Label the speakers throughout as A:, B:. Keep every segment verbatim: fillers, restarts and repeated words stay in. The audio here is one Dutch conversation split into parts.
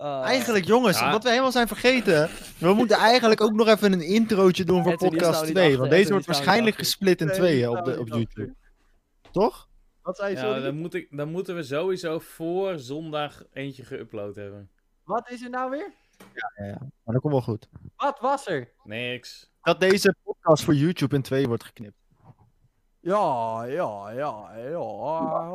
A: Uh,
B: Eigenlijk, jongens,
C: Ja.
B: wat we helemaal zijn vergeten. We moeten eigenlijk ook nog even een introotje doen voor
A: Anthony is
B: podcast
A: nou niet
B: twee.
A: achter,
B: Want deze
A: Anthony
B: wordt
A: is nou niet
B: waarschijnlijk
A: achter.
B: gesplit in
D: Nee,
B: tweeën
D: die
B: op,
D: staan
B: de,
D: we
B: op
D: niet
B: YouTube.
D: achter.
B: Toch?
D: Wat zei je,
C: Ja,
D: sorry?
C: dan, moet ik, dan moeten we sowieso voor zondag eentje geüpload hebben.
D: Wat is er nou weer?
B: Ja, ja. Maar dat komt wel goed.
D: Wat was er?
C: Niks.
B: Dat deze podcast voor YouTube in twee wordt geknipt.
D: Ja, ja, ja, ja.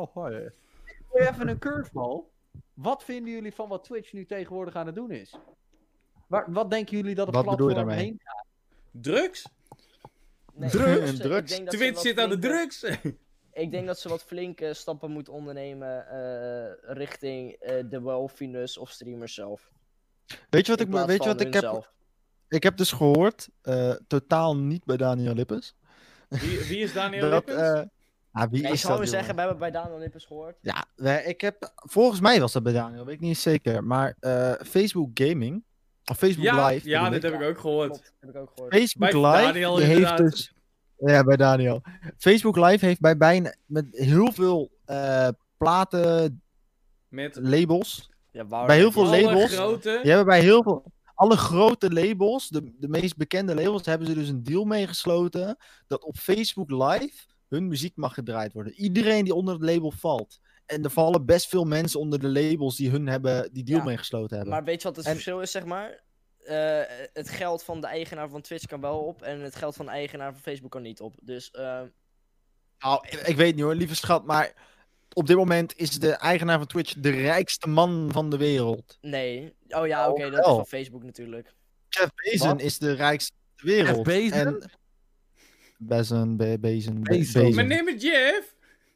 D: Even een curveball. Wat vinden jullie van wat Twitch nu tegenwoordig aan het doen is? Waar, wat denken jullie dat het
B: Wat bedoel je
D: platform
B: daarmee?
D: heen gaat?
C: Drugs?
A: nee,
B: Drugs?
A: ik denk
B: Drugs?
A: dat ze
C: Twitch
A: wat
C: zit aan de
A: flinke-
C: drugs!
A: Ik denk dat ze wat flinke stappen moeten ondernemen eh, richting eh, de wealthiness of streamers zelf.
B: Weet je wat
A: In
B: ik,
A: plaats
B: weet je
A: van
B: wat ik heb?
A: hunzelf.
B: Ik heb dus gehoord, eh, totaal niet bij Daniel Lippens.
C: Wie, wie is Daniel
B: Dat,
C: Lippens?
B: eh, ah, wie
A: Nee, ik
B: is
A: zou
B: dat,
A: maar zeggen,
B: jongen?
A: we hebben bij Daniel Lippens gehoord.
B: Ja, wij- ik heb, volgens mij was dat bij Daniel, weet ik niet zeker. Maar eh, Facebook Gaming, of Facebook
C: ja,
B: Live.
C: ja,
B: bedoel
C: dit
B: ik.
C: heb ik ook gehoord.
A: Klopt, heb ik ook gehoord.
B: Facebook
C: Bij
B: Live
C: Daniel
B: die heeft
C: inderdaad.
B: dus... Ja, bij Daniel. Facebook Live heeft bij bijna met heel veel eh platen,
C: Met
B: labels.
A: Ja, waar
B: Bij heel veel
C: alle
B: labels.
C: grote...
B: Die hebben bij heel veel, alle grote labels, de, de meest bekende labels, hebben ze dus een deal meegesloten dat op Facebook Live hun muziek mag gedraaid worden. Iedereen die onder het label valt. En er vallen best veel mensen onder de labels die hun hebben, die deal
A: Ja,
B: meegesloten hebben.
A: Maar weet je wat het
B: En-
A: verschil is, zeg maar? Eh, het geld van de eigenaar van Twitch kan wel op en het geld van de eigenaar van Facebook kan niet op. Dus eh,
B: Nou, ik, ik weet niet hoor, lieve schat, maar op dit moment is de eigenaar van Twitch de rijkste man van de wereld.
A: nee. Oh ja,
B: Oh,
A: oké, dat is
B: wel.
A: van Facebook natuurlijk.
B: Jeff Bezos
D: Wat?
B: is de rijkste ter wereld.
D: Jeff Bezos?
B: En... Bezos, Be Bezos, Be-
D: Bezos.
B: Bezos.
C: Mijn naam is Jeff!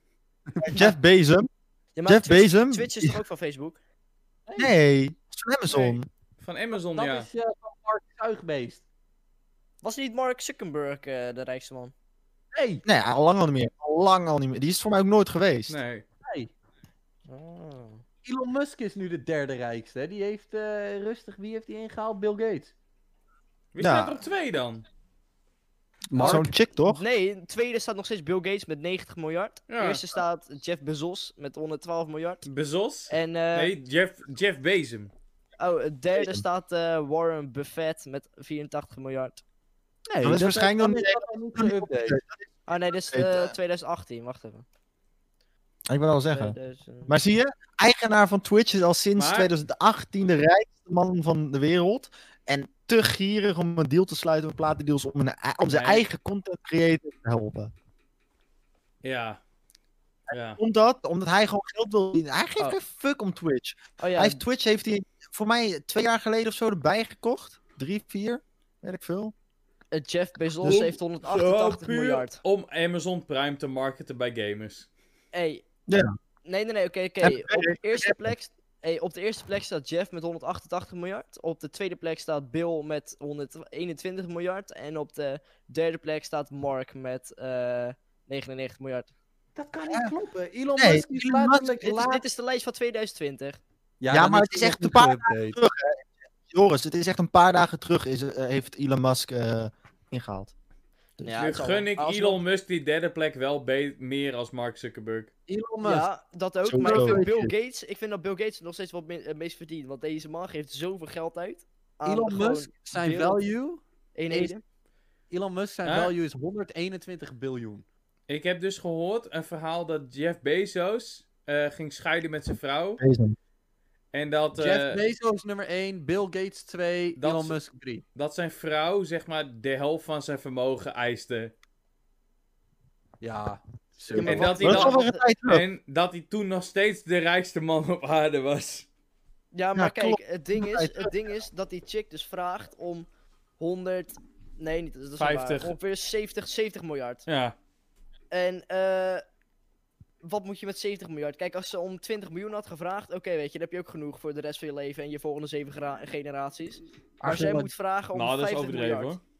B: Jeff Bezos.
A: Ja, maar
B: Jeff
A: Twitch,
B: Bezos?
A: Twitch is toch ook van Facebook?
B: Nee, dat is van Amazon.
C: Van Amazon,
D: Dat
C: ja.
D: is eh, van Mark Zuigbeest.
A: Was niet Mark Zuckerberg eh, de rijkste man?
D: Nee,
B: Nee, al lang al niet meer. Al lang al niet meer. Die is voor mij ook nooit geweest.
C: Nee.
D: nee.
A: Oh.
D: Elon Musk is nu de derde rijkste. Hè? Die heeft eh, rustig, wie heeft die ingehaald? Bill Gates.
C: Wie
B: Ja.
C: staat er op twee dan?
B: Maar zo'n chick toch?
A: Nee, tweede staat nog steeds Bill Gates met negentig miljard.
C: Ja.
A: Eerste staat Jeff Bezos met honderdtwaalf miljard.
C: Bezos?
A: En eh,
C: Nee, Jeff, Jeff Bezos.
A: oh, het derde staat eh, Warren Buffett met vierentachtig miljard.
D: Nee,
B: Dat is waarschijnlijk
D: dan
B: nog
D: is dat nog niet geüpdate.
A: Oh nee, dit is
B: Eh,
A: eh, twintig achttien, wacht even.
B: Ik wil wel zeggen.
A: tweeduizend
B: Maar zie je, eigenaar van Twitch is al sinds
C: Maar-
B: twintig achttien de rijkste man van de wereld. En te gierig om een deal te sluiten met platendeals om, een, om zijn
C: Nee.
B: eigen content creator te helpen.
C: Ja. Ja.
B: Omdat, omdat hij gewoon geld wil verdienen. Hij geeft
A: Oh.
B: geen fuck om Twitch.
A: Oh ja,
B: Hij heeft Twitch heeft hij voor mij twee jaar geleden of zo erbij gekocht. Drie, vier, weet ik veel.
A: eh, Jeff Bezos
B: Dus-
A: heeft honderdachtentachtig
C: Zo puur
A: miljard.
C: om Amazon Prime te marketen bij gamers.
A: Hey.
B: Ja.
A: Nee, nee, nee, oké, oké.
B: En-
A: Op de eerste plek... Hey, op de eerste plek staat Jeff met honderdachtentachtig miljard. Op de tweede plek staat Bill met honderdeenentwintig miljard. En op de derde plek staat Mark met eh negenennegentig miljard.
D: Dat kan niet kloppen. Elon
B: Nee,
D: Musk is
B: Elon Musk-
D: letterlijk
A: Dit is,
D: laat-
A: dit is de lijst van tweeduizend twintig.
B: Ja,
D: dan
B: maar
D: is
B: het is
D: nog
B: echt
D: niet
B: een paar
D: geüpdate.
B: terug, hè. Joris, het is echt een paar dagen terug is, eh, heeft Elon Musk eh, ingehaald.
A: Ja,
C: nu
A: het zal-
C: gun ik
A: alsnog-
C: Elon Musk die derde plek wel be- meer als Mark Zuckerberg.
D: Elon Musk.
A: Ja, dat ook.
B: Sowieso.
A: Maar ik vind Bill Gates, ik vind dat Bill Gates nog steeds wat me- het meest verdient. Want deze man geeft zoveel geld uit. aan
D: Elon
A: gewoon
D: Musk, zijn
A: beeld-
D: value...
A: eenheden.
D: Elon Musk, zijn
C: Huh?
D: value is honderdeenentwintig biljoen.
C: Ik heb dus gehoord een verhaal dat Jeff Bezos eh, ging scheiden met zijn vrouw.
B: Deze.
C: En dat, eh,
D: Jeff Bezos nummer één, Bill Gates twee,
C: Dat
D: Elon
C: is-
D: Musk drie.
C: dat zijn vrouw, zeg maar, de helft van zijn vermogen eiste.
D: Ja,
A: Ja, maar
C: En
A: wat-
C: dat hij
B: Dat is
C: dan-
B: alweer een tijd terug.
C: En dat hij toen nog steeds de rijkste man op aarde was.
A: Ja, maar kijk,
B: klopt.
A: het ding, is, het ding is dat die chick dus vraagt om honderd... Nee, niet, dat is niet waar.
C: vijftig.
A: Ongeveer zeventig, zeventig miljard.
C: Ja.
A: En eh wat moet je met zeventig miljard? Kijk, als ze om twintig miljoen had gevraagd, oké, weet je, dan heb je ook genoeg voor de rest van je leven en je volgende zeven gera- generaties. Maar
D: Maar
A: zij
D: ze-
A: moet vragen om
C: Nou, dat is
A: vijftig
C: overdreven
A: miljard.
C: hoor.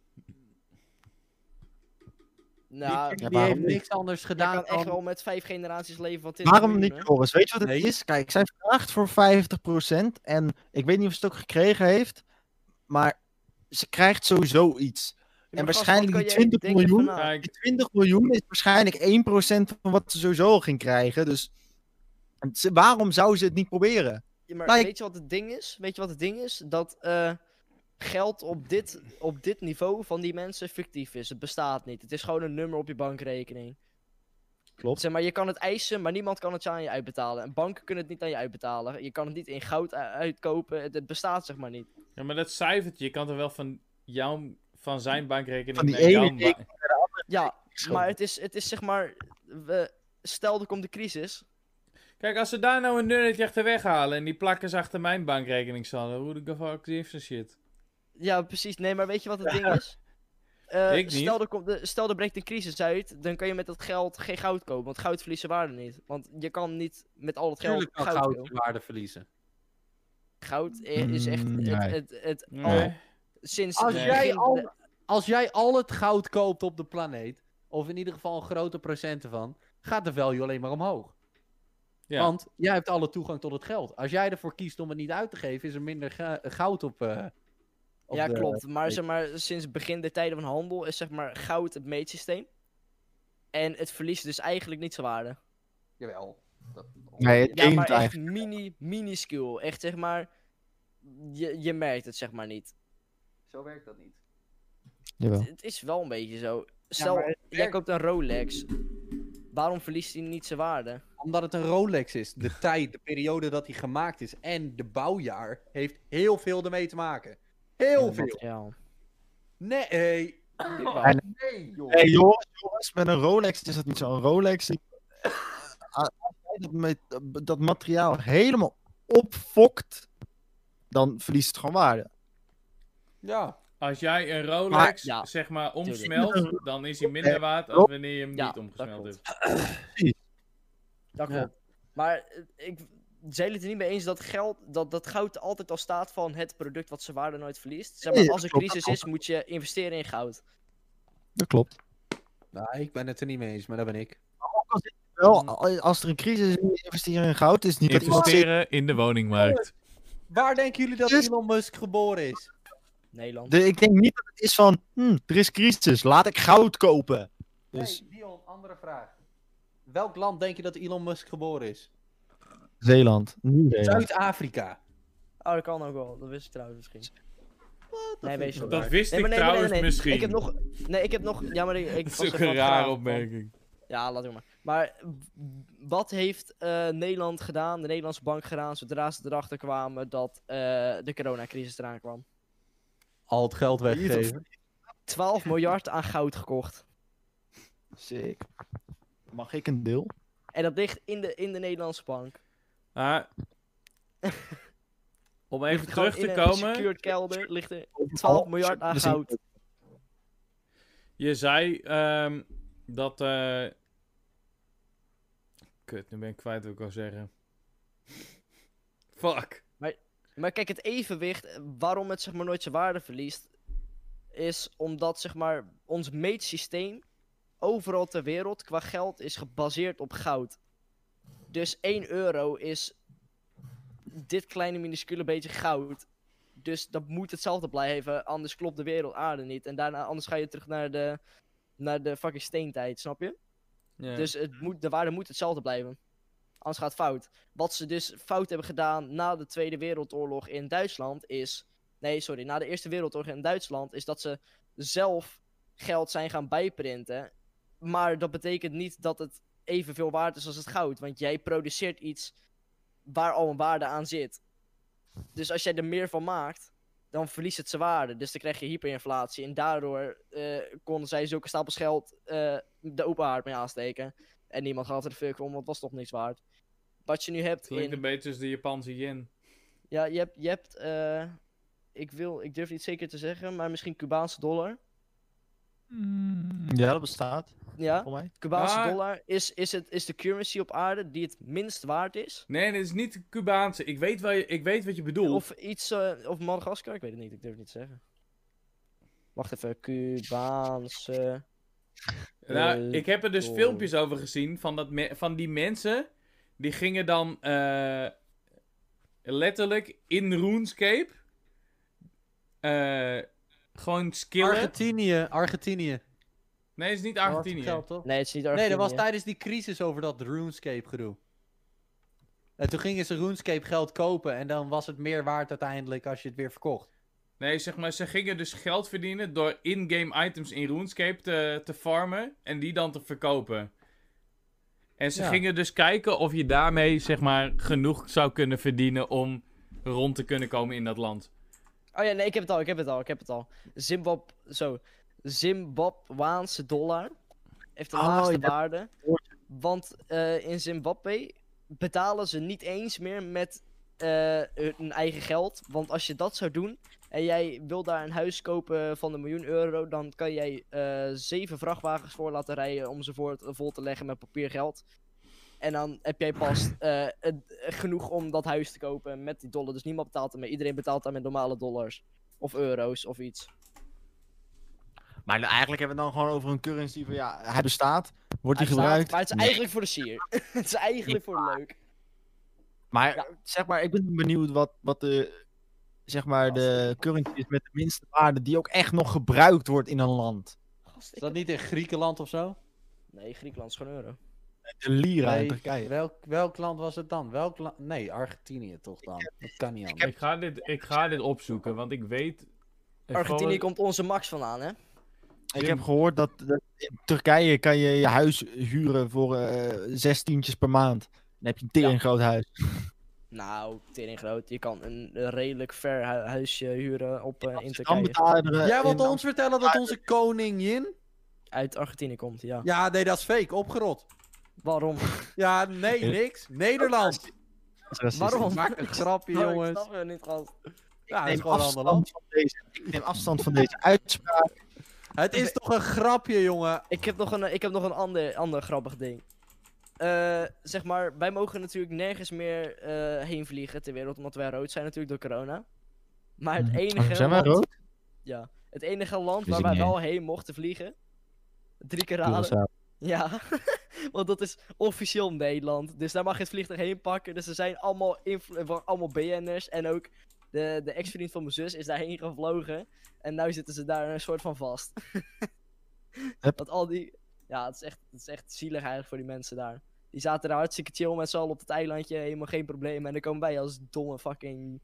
A: Nou,
D: die
B: Ja,
D: die
B: waarom
D: heeft
B: niet?
D: niks anders
A: je
D: gedaan
A: kan echt
D: dan...
A: wel met vijf generaties leven van twintig
B: Waarom
A: miljoen,
B: niet,
A: hè?
B: Joris? Weet je wat het
D: Nee.
B: is? Kijk, zij vraagt voor vijftig procent. En ik weet niet of ze het ook gekregen heeft. Maar ze krijgt sowieso iets.
A: Ja,
B: En
A: maar gast,
B: waarschijnlijk
A: wat
B: die
A: kan jij
B: twintig
A: denken
B: miljoen-
A: van, nou,
C: Kijk,
B: Die twintig miljoen is waarschijnlijk één procent van wat ze sowieso al ging krijgen. Dus en ze- waarom zou ze het niet proberen?
A: Ja, maar
B: Like-
A: weet je wat het ding is? Weet je wat het ding is? Dat eh, geld op dit, op dit niveau van die mensen fictief is. Het bestaat niet. Het is gewoon een nummer op je bankrekening.
B: Klopt.
A: Zeg maar, je kan het eisen, maar niemand kan het je aan je uitbetalen. En banken kunnen het niet aan je uitbetalen. Je kan het niet in goud u- uitkopen. Het, het bestaat zeg maar niet.
C: Ja, maar dat cijfertje, je kan er wel van, jou, van zijn bankrekening
B: Van die
C: naar jouw
B: ene ding.
C: ba-
A: Ja,
B: Zo.
A: maar het is, het is zeg maar... We, stel, er komt de crisis.
C: Kijk, als ze daar nou een nulletje achter weghalen en die plakken ze achter mijn bankrekening staan, hoe de fuck gives a shit?
A: Ja, precies. Nee, maar weet je wat het ding is? Eh,
C: Ik niet.
A: Stel, er komt de, stel er breekt een crisis uit, dan kan je met dat geld geen goud kopen, want goud verliest zijn waarde niet. Want je kan niet met al het geld
D: Tuurlijk kan
A: goud
D: goud
A: kopen.
D: zijn waarde verliezen.
A: Goud i- is echt
B: Mm,
A: het,
B: nee.
A: het, het,
C: Nee.
A: al sinds
D: Als,
A: het
C: Nee.
D: jij
A: begin-
D: al, als jij al het goud koopt op de planeet, of in ieder geval een grote procent ervan, gaat de value alleen maar omhoog.
C: Ja.
D: Want jij hebt alle toegang tot het geld. Als jij ervoor kiest om het niet uit te geven, is er minder ga- goud op. eh, op
A: Ja,
D: de-
A: klopt. Maar, zeg maar sinds het begin der tijden van handel is zeg maar goud het meetsysteem. En het verliest dus eigenlijk niet zijn waarde.
D: Jawel. Dat-
B: Nee, het
A: Ja,
B: gamet
A: maar echt
B: eigenlijk.
A: mini, minuscule. Echt zeg maar, je, je merkt het zeg maar niet.
D: Zo werkt dat niet.
B: Jawel.
A: Het, het is wel een beetje zo. Stel,
D: maar het
A: jij
D: werkt-
A: koopt een Rolex. Waarom verliest hij niet zijn waarde?
D: Omdat het een Rolex is. De tijd, de periode dat hij gemaakt is en de bouwjaar heeft heel veel ermee te maken. Heel
A: Eh,
D: veel.
A: materiaal.
D: Nee, hey.
A: Jawel.
D: nee joh.
B: Hey jongens, jongens, met een Rolex is dat niet zo. Een Rolex, die- als jij dat, met, dat materiaal helemaal opfokt, dan verliest het gewoon waarde.
D: Ja.
C: Als jij een Rolex,
A: ja,
C: zeg maar,
A: tuurlijk.
C: omsmelt, dan is hij minder waard dan wanneer je hem
A: Ja,
C: niet
A: dat
C: omgesmeld
A: klopt.
C: hebt.
A: Dat
D: Ja.
A: klopt. Maar eh, ik, zijn het er niet mee eens dat, geld, dat, dat goud altijd al staat van het product wat zijn waarde nooit verliest? Zeg maar,
B: Nee,
A: als er
B: dat klopt,
A: crisis
B: dat
A: is, moet je investeren in goud.
B: Dat klopt.
D: Nou, ik ben het er niet mee eens, maar dat ben ik.
B: Wel, als er een crisis is, moet je investeren in goud. Het is niet dat iemand zegt,
C: Investeren in de woningmarkt.
D: Waar denken jullie dat
B: Dus-
D: Elon Musk geboren is?
A: Nederland.
B: de- ik denk niet dat het is van, hm, er is crisis, laat ik goud kopen. Dus
D: Nee, Dion, andere vraag. Welk land denk je dat Elon Musk geboren is?
B: Zeeland, Nieuw-Zeeland.
D: Zuid-Afrika.
A: Oh, dat kan ook wel. Dat wist ik trouwens misschien. Nee, weet je wel.
C: Dat wist
A: Nee,
C: ik
A: maar nee, nee,
C: trouwens
A: nee, nee.
C: misschien.
A: Ik heb nog... Nee, ik heb nog... Ja, maar ik, ik
C: Dat is
A: was
C: ook
A: even
C: een
A: aan het
C: rare
A: graven van-
C: opmerking.
A: Ja, laat ik maar. Maar w- wat heeft eh, Nederland gedaan, de Nederlandse bank gedaan, zodra ze erachter kwamen dat eh, de coronacrisis eraan kwam?
D: Al het geld weggegeven.
A: twaalf miljard aan goud gekocht.
B: Sick. Mag ik een deel?
A: En dat ligt in de, in de Nederlandse bank.
C: Ah. Om even
A: Ligt gewoon
C: terug te
A: in een
C: komen.
A: secured kelder ligt er twaalf miljard aan
B: Dus
A: goud.
C: Je zei ehm, dat. eh Kut, nu ben ik kwijt wat ik wou zeggen. Fuck.
A: Maar kijk, het evenwicht, eh, waarom het zeg maar nooit zijn waarde verliest, is omdat zeg maar ons meetsysteem overal ter wereld qua geld is gebaseerd op goud. Dus één euro is dit kleine minuscule beetje goud. Dus dat moet hetzelfde blijven, anders klopt de wereld aarde niet. En daarna, anders ga je terug naar de, naar de fucking steentijd, snap je?
C: Ja.
A: Dus het moet, de waarde moet hetzelfde blijven. Anders gaat het fout. Wat ze dus fout hebben gedaan na de Tweede Wereldoorlog in Duitsland is... Nee, sorry. Na de Eerste Wereldoorlog in Duitsland is dat ze zelf geld zijn gaan bijprinten. Maar dat betekent niet dat het evenveel waard is als het goud. Want jij produceert iets waar al een waarde aan zit. Dus als jij er meer van maakt, dan verliest het zijn waarde. Dus dan krijg je hyperinflatie. En daardoor eh, konden zij zulke stapels geld eh, de open haard mee aansteken. En niemand gaf er de fuck om, want het was toch niks waard. Wat je nu hebt
C: Klinkt
A: in...
C: een beetje als de Japanse yen.
A: Ja, je hebt... Je hebt eh, ik, wil, ik durf niet zeker te zeggen, maar misschien Cubaanse dollar.
B: Ja, dat bestaat,
A: Ja,
B: voor mij.
A: Cubaanse
C: Maar-
A: dollar is, is, het, is de currency op aarde die het minst waard is.
C: Nee, dit is niet de Cubaanse. Ik weet, waar je, ik weet wat je bedoelt.
A: Of iets... eh, of Madagaskar, ik weet het niet, ik durf het niet te zeggen. Wacht even, Cubaanse...
C: Nou,
A: Eh,
C: ik heb er dus
A: door-
C: filmpjes over gezien van, dat me- van die mensen. Die gingen dan eh, letterlijk in RuneScape eh, gewoon skillen.
D: Argentinië, Argentinië.
C: Nee, het is niet
D: Dat was
C: Argentinië.
D: het geld, toch?
A: Nee, het is niet
D: Nee,
A: Argentinië.
D: dat was tijdens die crisis over dat RuneScape gedoe. En toen gingen ze RuneScape geld kopen en dan was het meer waard uiteindelijk als je het weer verkocht.
C: Nee, zeg maar, ze gingen dus geld verdienen door in-game items in RuneScape te, te farmen en die dan te verkopen. En ze
D: Ja.
C: gingen dus kijken of je daarmee, zeg maar, genoeg zou kunnen verdienen om rond te kunnen komen in dat land.
A: Oh ja, nee, ik heb het al, ik heb het al, ik heb het al. Zimbab, zo. Zimbabwaanse dollar heeft de
B: Oh,
A: laagste
B: je hebt-
A: waarde. Want eh, in Zimbabwe betalen ze niet eens meer met eh, hun eigen geld. Want als je dat zou doen en jij wil daar een huis kopen van een miljoen euro, dan kan jij eh, zeven vrachtwagens voor laten rijden om ze voor vol te leggen met papiergeld. En dan heb jij pas eh, het- genoeg om dat huis te kopen met die dollar. Dus niemand betaalt ermee. Iedereen betaalt daar met normale dollars. Of euro's of iets.
B: Maar nou, eigenlijk hebben we het dan gewoon over een currency van ja, hij bestaat, wordt hij
A: Hij bestaat,
B: gebruikt.
A: Maar het is
B: Nee.
A: eigenlijk voor de sier. Het is eigenlijk voor de leuk.
B: Maar
A: Ja.
B: zeg maar, ik ben benieuwd wat, wat de, zeg maar, de currency is met de minste waarde die ook echt nog gebruikt wordt in een land.
A: Gast, ik
D: Is dat
A: heb-
D: niet in Griekenland of zo?
A: Nee, Griekenland is gewoon euro.
B: De lira in
D: Nee,
B: Turkije.
D: welk, welk land was het dan? Welk la- nee, Argentinië toch dan? Dat kan niet anders.
C: Ik ga dit, ik ga dit opzoeken, want ik weet...
A: Argentinië
C: Gewoon-
A: komt onze max vandaan, hè?
B: Ik heb gehoord dat, dat in Turkije kan je je huis huren voor eh zes tientjes per maand. Dan heb je een tering groot huis.
A: Nou, tering groot. Je kan een, een redelijk ver hu- huisje huren op, eh, in
B: Dan
A: Turkije.
B: betalen er, eh,
D: Jij wilt
B: in
D: ons vertellen dat onze koningin...
A: Uit Argentinië komt, ja.
D: Ja, nee, dat is fake. Opgerot.
A: Waarom?
D: Ja, nee, niks. Nederland.
B: Amsterdam-
A: Waarom?
D: Maak een grapje,
A: Oh, ik
D: jongens.
A: snap het niet, gast.
D: Ja, dat
B: Ik
D: is
B: neem
D: gewoon een ander land.
B: afstand van deze, ik neem afstand van deze uitspraak.
D: Het is toch een grapje, jongen.
A: Ik heb nog een, ik heb nog een ander, ander grappig ding. Eh, zeg maar, wij mogen natuurlijk nergens meer eh, heen vliegen ter wereld, omdat wij rood zijn natuurlijk door corona. Maar het
B: Mhm.
A: enige
B: Oh, zijn wij
A: land,
B: rood?
A: Ja, het enige land
B: Wist
A: waar
B: ik
A: wij
B: niet
A: wel heen mochten vliegen, drie keer raden.
B: Curaçao.
A: Ja, want dat is officieel Nederland. Dus daar mag je het vliegtuig heen pakken. Dus er zijn allemaal, influ- wa- allemaal B N'ers. En ook de, de ex-vriend van mijn zus is daarheen gevlogen. En nu zitten ze daar een soort van vast.
B: Hup.
A: Want al die... Ja, het is, echt, het is echt zielig eigenlijk voor die mensen daar. Die zaten daar hartstikke chill met z'n allen op het eilandje. Helemaal geen probleem. En dan komen wij als domme fucking...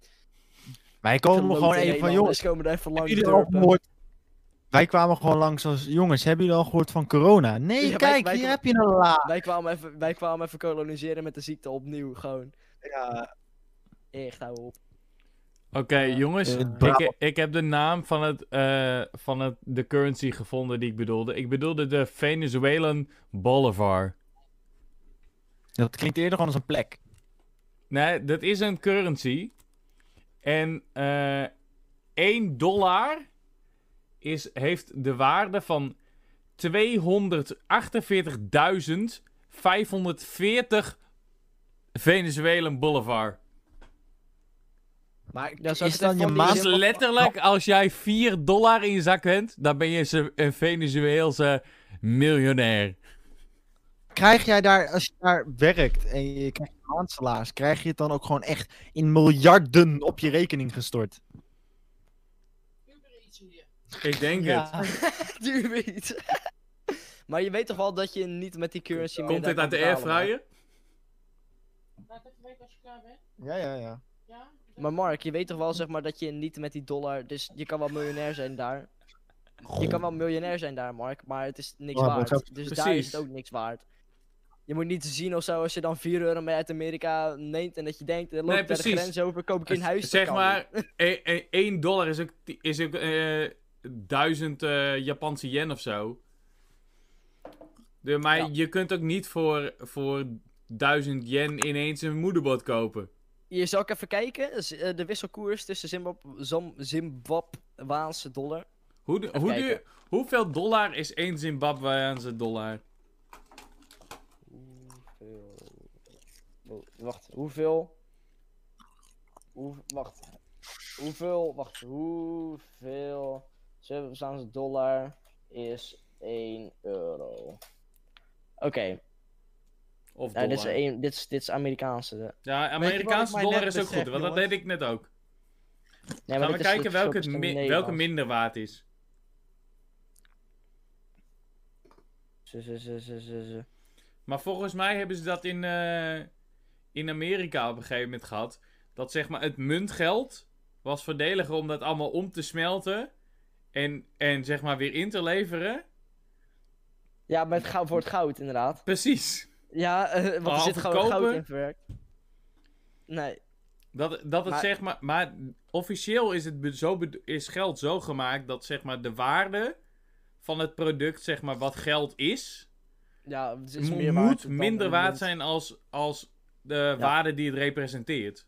B: Wij komen gewoon
A: geloten
B: even van,
A: Nederlanders
B: jongens,
A: komen er even langs
B: hebben jullie al
A: durpen.
B: gehoord? Wij kwamen gewoon langs als, jongens, hebben jullie al gehoord van corona? Nee,
A: Ja, wij-
B: kijk,
A: wij-
B: hier heb je een la.
A: Wij kwamen, even, wij kwamen even koloniseren met de ziekte opnieuw. Gewoon.
B: Ja,
A: Echt, hou op.
C: Oké, jongens,
B: Eh,
C: ik,
B: Brabant.
C: ik heb de naam van, het, eh, van het, de currency gevonden die ik bedoelde. Ik bedoelde de Venezuelan Bolivar.
B: dat klinkt eerder gewoon als een plek.
C: Nee, dat is een currency. En eh één dollar is, heeft de waarde van tweehonderdachtenveertigduizend vijfhonderdveertig Venezuelan Bolivar.
B: Maar
A: Ja, zou ik
B: is
A: het
B: dan
A: even
B: je
A: van die
C: Dus
B: maand...
A: zin-
C: letterlijk, als jij vier dollar in je zak hebt, dan ben je ze- een Venezueelse miljonair.
B: Krijg jij daar, als je daar werkt en je krijgt een maandsalaris, krijg je het dan ook gewoon echt in miljarden op je rekening gestort?
C: Ik denk het.
A: Duur weet. Maar je weet toch wel dat je niet met die currency meer
C: Komt
A: daar
C: dit uit de
A: kan betalen,
C: airfryer?
E: Laat even weten als je klaar bent.
B: Ja, ja, ja.
E: Ja?
A: Maar Mark, je weet toch wel zeg maar dat je niet met die dollar, dus je kan wel miljonair zijn daar. Je kan wel miljonair zijn daar, Mark, maar het is niks
B: Ja, maar
A: waard.
B: het
A: Dus daar is
C: Precies.
A: het ook niks waard. Je moet niet zien of zo als je dan vier euro mee uit Amerika neemt en dat je denkt, dan loop
C: Nee,
A: ik daar de
C: precies.
A: grens over, koop ik een huis. dat
C: Zeg
A: kan
C: maar,
A: niet.
C: één dollar is ook, is ook eh, duizend eh, Japanse yen of zo. De, maar
A: Ja.
C: je kunt ook niet voor, voor duizend yen ineens een moederbot kopen.
A: Je zal ook even kijken, z- eh, de wisselkoers tussen Zimbab Zam- Zimbabwaanse dollar.
C: Hoe, du-
A: Even
C: hoe
A: kijken.
C: duur, hoeveel dollar is één Zimbabweanse dollar?
A: Hoeveel... Oh, wacht, hoeveel... Hoe... Wacht. Hoeveel... Wacht, hoeveel... Zuid-Afrikaanse dollar is één euro? Oké,
C: Of
A: nou, dit, is
C: dollar.
A: één- dit, is, dit is Amerikaanse.
C: Ja,
D: wat ik
C: Amerikaanse
D: mij
C: dollar
D: net
C: is ook
D: besef,
C: goed, want dat
D: jongens?
C: deed ik net ook.
A: Nee,
C: Gaan we
A: dit is-
C: kijken
A: dit
C: welke,
A: is
C: het
A: ook
C: mi-
A: Nederlands.
C: welke minder waard is.
A: Zo, zo, zo, zo, zo, zo.
C: Maar volgens mij hebben ze dat in, eh, in Amerika op een gegeven moment gehad. Dat zeg maar het muntgeld was voordeliger om dat allemaal om te smelten. En, en zeg maar weer in te leveren.
A: Ja, met goud, voor het goud inderdaad.
C: Precies.
A: Ja, eh, want
C: Maar
A: er zit
C: of
A: gewoon
C: het
A: goud
C: kopen?
A: in verwerkt. Nee.
C: Dat, dat het
A: Maar-
C: zeg maar... Maar officieel is, het be- zo bedo- is geld zo gemaakt dat zeg maar de waarde van het product, zeg maar wat geld is...
A: Ja, het is
C: mo-
A: meer waard
C: moet
A: dan
C: minder
A: een
C: waard
A: munt.
C: zijn als, als de waarde die het representeert.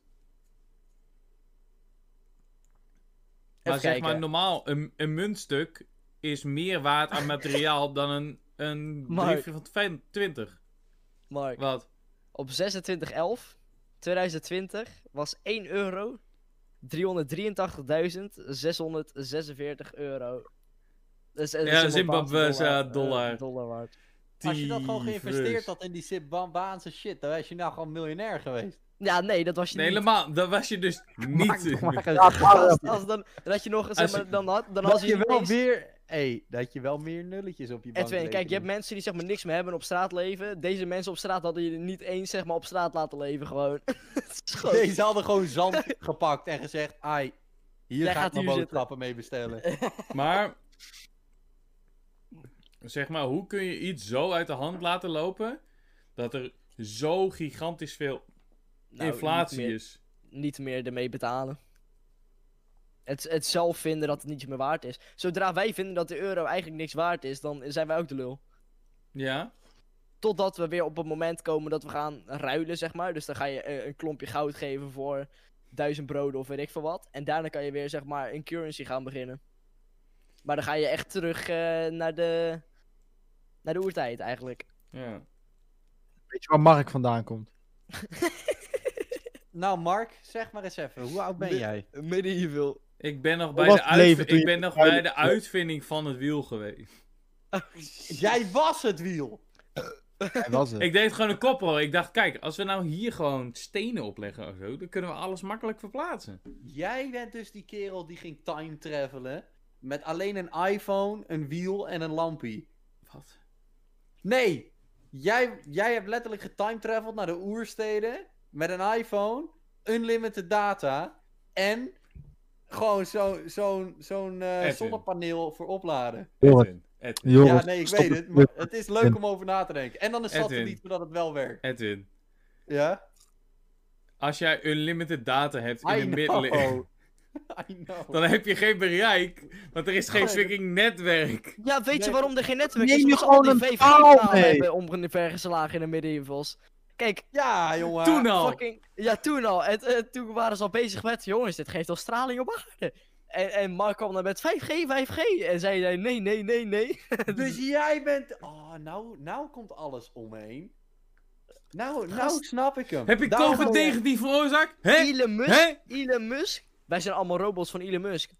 C: Maar
A: Even
C: zeg
A: kijken.
C: maar, normaal, een, een muntstuk is meer waard aan materiaal dan een, een
A: Maar-
C: briefje van vijfentwintig.
A: Mark,
C: Wat?
A: op zesentwintig elf tweeduizend twintig was één euro driehonderddrieëntachtigduizend zeshonderdzesenveertig euro. Dus, eh,
C: Ja,
A: Zimbabweanse
C: Zimbabweanse
A: dollar,
C: dollar.
A: eh, dollar waard.
D: Als je dat gewoon
C: Tyfus.
D: geïnvesteerd had in die Zimbabweanse shit, dan was je nou gewoon miljonair geweest.
A: Ja, nee, dat was je
C: Nee,
A: niet.
C: helemaal. Dat was je dus niet.
D: Maar een
B: Ja,
A: Als, als dan, dan had je nog, zeg
C: Als
A: maar,
C: je-
A: dan had, dan
D: dat
A: als
D: je
A: je
D: wel
A: niet eens-
D: weer... Hey, dat je wel meer nulletjes op je bank
A: Edwin, kijk, je hebt mensen die zeg maar niks meer hebben en op straat leven. Deze mensen op straat hadden je niet eens zeg maar op straat laten leven gewoon. Het is gewoon-
D: Deze hadden gewoon zand gepakt en gezegd, ai, hier
A: Jij
D: ga
A: gaat
D: ik mijn
A: hier
D: boodschappen mee bestellen.
C: Maar. Zeg maar, hoe kun je iets zo uit de hand laten lopen. Dat er zo gigantisch veel
A: Nou,
C: inflatie
A: niet meer,
C: is?
A: niet meer ermee betalen. Het, het zelf vinden dat het niet meer waard is. Zodra wij vinden dat de euro eigenlijk niks waard is, dan zijn wij ook de lul.
C: Ja?
A: Totdat we weer op het moment komen dat we gaan ruilen, zeg maar. Dus dan ga je eh, een klompje goud geven voor duizend broden of weet ik veel wat. En daarna kan je weer, zeg maar, een currency gaan beginnen. Maar dan ga je echt terug eh, naar de... naar de oertijd, eigenlijk.
C: Ja.
B: Weet je waar Mark vandaan komt?
D: Nou Mark, zeg maar eens even, hoe oud ben
A: Nee.
D: jij?
A: Medieval.
C: Ik ben nog
B: Hoe
C: bij
B: was
C: de,
B: het leven
C: uitv-
B: toen
C: ik
B: je
C: ben nog
B: ruilen-
C: bij de uitvinding van het wiel geweest.
D: Jij was het wiel!
B: Hij was het.
C: Ik deed gewoon een koppel. Ik dacht, kijk, als we nou hier gewoon stenen opleggen of zo, dan kunnen we alles makkelijk verplaatsen.
D: Jij bent dus die kerel die ging time travelen met alleen een iPhone, een wiel en een lampie.
C: Wat?
D: Nee! Jij, jij hebt letterlijk getime traveled naar de oersteden met een iPhone, unlimited data en gewoon zo'n zo'n zo'n eh,
C: Edwin.
D: zonnepaneel voor opladen.
B: Joris,
C: Edwin. Edwin.
B: Joris,
D: Ja, nee, ik
B: stop
D: weet het, maar het is leuk
B: Edwin.
D: om over na te denken. En dan is
C: Edwin.
D: satelliet, zodat het wel werkt.
C: Edwin.
D: Ja?
C: Als jij unlimited data hebt in
D: I
C: de middeleeuwen,
D: know. I know.
C: dan heb je geen bereik. Want er is geen
D: Nee, dat-
C: fucking netwerk.
A: Ja, weet je
D: Nee.
A: waarom er geen netwerk
B: Neem
A: is?
B: je
A: Omdat ze
B: gewoon
A: al die
B: een
A: V V
B: paal
A: palen
B: mee.
A: hebben omgevergeslagen in de medievals. Kijk,
D: Ja, jongen.
C: Toen al.
A: fucking... Ja, toen al. En, eh, toen waren ze al bezig met... Jongens, dit geeft al straling op aarde. En, en Mark kwam dan met vijf G, vijf G. En zei hij, nee, nee, nee, nee.
D: Dus jij bent... Oh, nou, nou komt alles omheen. Nou, nou
A: Gast.
D: snap ik hem.
C: Heb ik
D: Daarom-
C: COVID negatief veroorzaakt? Hè?
A: Elon Musk,
C: Hè?
A: Elon Musk. Wij zijn allemaal robots van Elon Musk.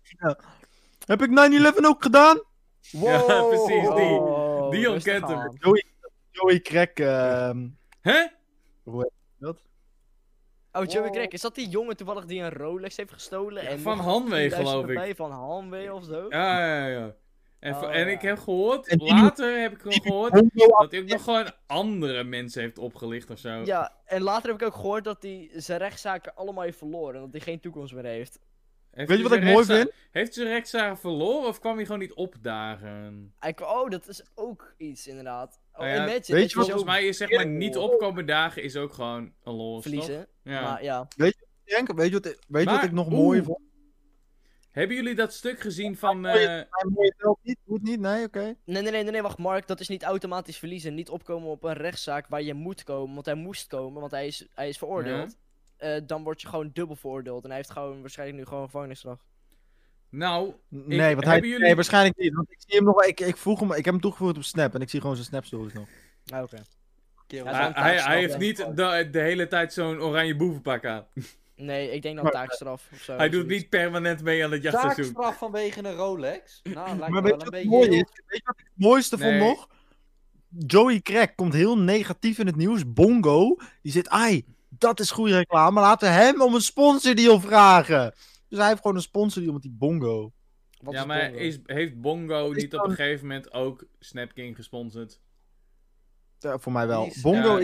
B: Heb ik nine eleven ook gedaan?
C: Ja, precies, die.
A: Oh,
C: Dion
A: rustig
C: kent hem.
A: aan.
B: Joey Crack, ehm
C: Hè?
B: dat?
A: Oh, Joey
D: Oh.
A: Crack. Is dat die jongen toevallig die een Rolex heeft gestolen? En
C: Van
A: nog
C: Hanwee,
A: tien duizend
C: geloof ik.
A: erbij Van Hanwee of zo?
C: Ja, ja, ja. En,
A: Oh,
C: en
A: ja.
C: ik heb gehoord,
B: En die
C: later heb ik gewoon gehoord,
B: Bongo
C: dat hij ook nog gewoon andere mensen heeft opgelicht of zo.
A: Ja, en later heb ik ook gehoord dat hij zijn rechtszaken allemaal heeft verloren. En dat hij geen toekomst meer heeft.
C: Heeft
B: Weet je
C: hij
B: wat ik
C: zijn
B: mooi
C: rechtsza-
B: vind?
C: Heeft hij zijn rechtszaak verloren of kwam hij gewoon niet opdagen?
A: Ik, oh, dat is ook iets inderdaad. Oh,
C: Nou ja,
A: imagine
B: weet
A: dat
B: je
A: je
B: wat-
A: zo
C: Volgens mij is zeg maar niet opkomen dagen is ook gewoon een los.
A: verliezen.
C: Ja.
A: Maar ja.
B: Denk, weet je wat, weet je
C: Maar-
B: wat ik nog
C: oeh.
B: mooi vond?
C: Hebben jullie dat stuk gezien van...
B: Mooie-
C: eh,
B: Mijn mooie telt niet, moet niet, nee, oké.
A: Nee, nee, nee, nee, nee, wacht, Mark. Dat is niet automatisch verliezen. Niet opkomen op een rechtszaak waar je moet komen. Want hij moest komen, want hij is, hij is veroordeeld. Eh, dan word je gewoon dubbel veroordeeld. En hij heeft gewoon waarschijnlijk nu gewoon gevangenisstraf.
C: Nou,
B: Nee, want hij,
C: hebben jullie-
B: nee, waarschijnlijk niet. Want ik zie hem nog, ik, ik vroeg hem, ik heb hem toegevoegd op Snap en ik zie gewoon zijn Snap stories nog.
A: Ah, oké.
D: Kerel,
A: Ja,
C: hij,
A: zo'n
C: hij,
A: taakstraf,
C: hij heeft
A: denk
C: niet
A: ik.
C: de, de hele tijd zo'n oranje boevenpak aan.
A: Nee, ik denk dan
B: Maar-
A: taakstraf of zo.
C: hij doet
A: zoiets.
C: niet permanent mee aan het jachtseizoen.
D: Taakstraf vanwege een Rolex. Nou, lijkt me
B: Maar
D: wel
B: weet je
D: een
B: wat het
D: beetje...
B: mooie is? Weet je wat ik het mooiste
C: Nee.
B: vond nog? Joey Crack komt heel negatief in het nieuws. Bongo, die zit, ai, dat is goede reclame. Laten we hem om een sponsordeal vragen. Dus hij heeft gewoon een sponsordeal met die Bongo.
A: Wat
C: Ja,
A: is
C: maar
A: Bongo?
C: is, heeft Bongo
B: is
C: niet op een
B: dan-
C: gegeven moment ook Snapking gesponsord?
B: Ja, voor mij wel.
D: Die is-
B: Bongo
C: ja.
B: is dat,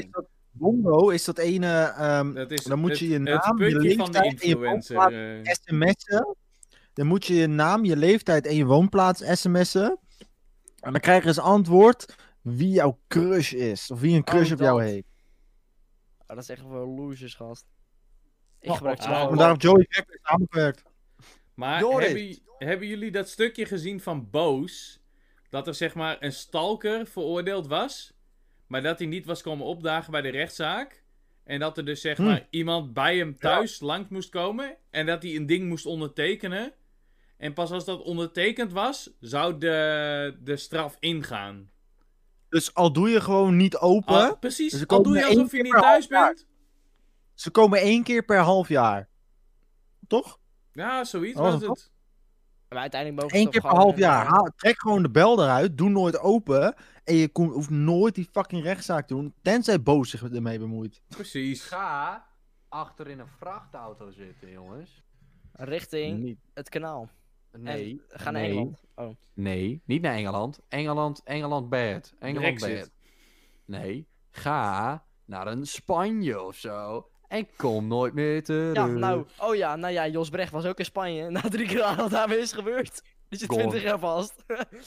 B: Bongo is dat ene... ehm,
C: Dat is
B: dan moet
C: het,
B: je je
C: het
B: naam, je
C: puntje van de
B: leeftijd en je
C: influencer.
B: woonplaats
C: eh.
B: sms'en. Dan moet je je naam, je leeftijd en je woonplaats sms'en. En dan krijg je als antwoord wie jouw crush is. Of wie een crush
A: Oh,
B: op jou
A: dat.
B: heeft.
A: Oh, dat is echt wel losers, gast. Ik
B: Oh,
A: gebruik
C: ah,
A: het wel.
B: Maar daar heeft Joey Jack mee samengewerkt.
C: Maar
D: Joris.
C: hebben, j- hebben jullie dat stukje gezien van Boos? Dat er zeg maar een stalker veroordeeld was. Maar dat hij niet was komen opdagen bij de rechtszaak. En dat er dus zeg
B: Hm.
C: maar iemand bij hem thuis langs moest komen. En dat hij een ding moest ondertekenen. En pas als dat ondertekend was, zou de, de straf ingaan.
B: Dus al doe je gewoon niet open.
C: Ah, precies,
B: Dus ze
C: al
B: komen
C: doe je
B: één
C: alsof je
B: keer
C: niet
B: per
C: thuis
B: half jaar.
C: bent.
B: Ze komen één keer per half jaar. Toch?
C: Ja, zoiets
B: Oh,
C: was
B: dat
C: het.
A: Maar uiteindelijk mogen
B: Eén
A: ze
B: keer
A: toch
B: per
A: gewoon
B: half jaar.
A: een,
B: Haal- trek gewoon de bel eruit. Doe nooit open. En je ko- hoeft nooit die fucking rechtszaak te doen. Tenzij Boos zich ermee bemoeit.
C: Precies.
D: Ga achter in een vrachtauto zitten, jongens.
A: eh, richting
B: Niet.
A: het kanaal.
D: Nee.
A: En ga naar
D: nee,
A: Engeland. Oh.
D: Nee, niet naar Engeland. Engeland, Engeland bad. Engeland
C: Brexit.
D: bad. Nee, ga naar een Spanje of zo. En kom nooit meer terug.
A: Ja, nou, oh ja, nou ja, Jos Brecht was ook in Spanje. Na drie keer aan wat daar weer is gebeurd. Die zit
D: Gone.
A: twintig jaar vast.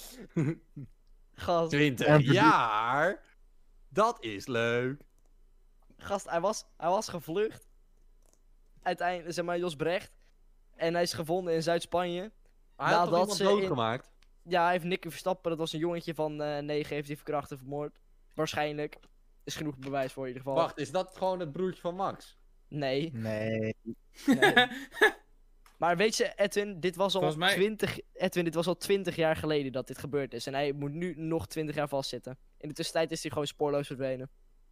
A: Gast,
D: twintig
B: En verdiep-
D: jaar? Dat is leuk.
A: gast hij, was, hij was gevlucht. Uiteindelijk, zeg maar, Jos Brecht. En hij is gevonden in Zuid-Spanje.
D: Hij had toch
A: Nadat
D: iemand
A: ze in-
D: doodgemaakt?
A: Ja, hij heeft Nicky Verstappen, dat was een jongetje van eh negen, heeft hij verkracht en vermoord. Waarschijnlijk. Is genoeg bewijs voor in ieder geval.
D: Wacht, is dat gewoon het broertje van Max?
A: Nee.
B: Nee.
A: nee. Maar weet je, Edwin, dit was al
C: Volgens mij-
A: twintig Edwin, dit was al twintig jaar geleden dat dit gebeurd is. En hij moet nu nog twintig jaar vastzitten. In de tussentijd is hij gewoon spoorloos verdwenen.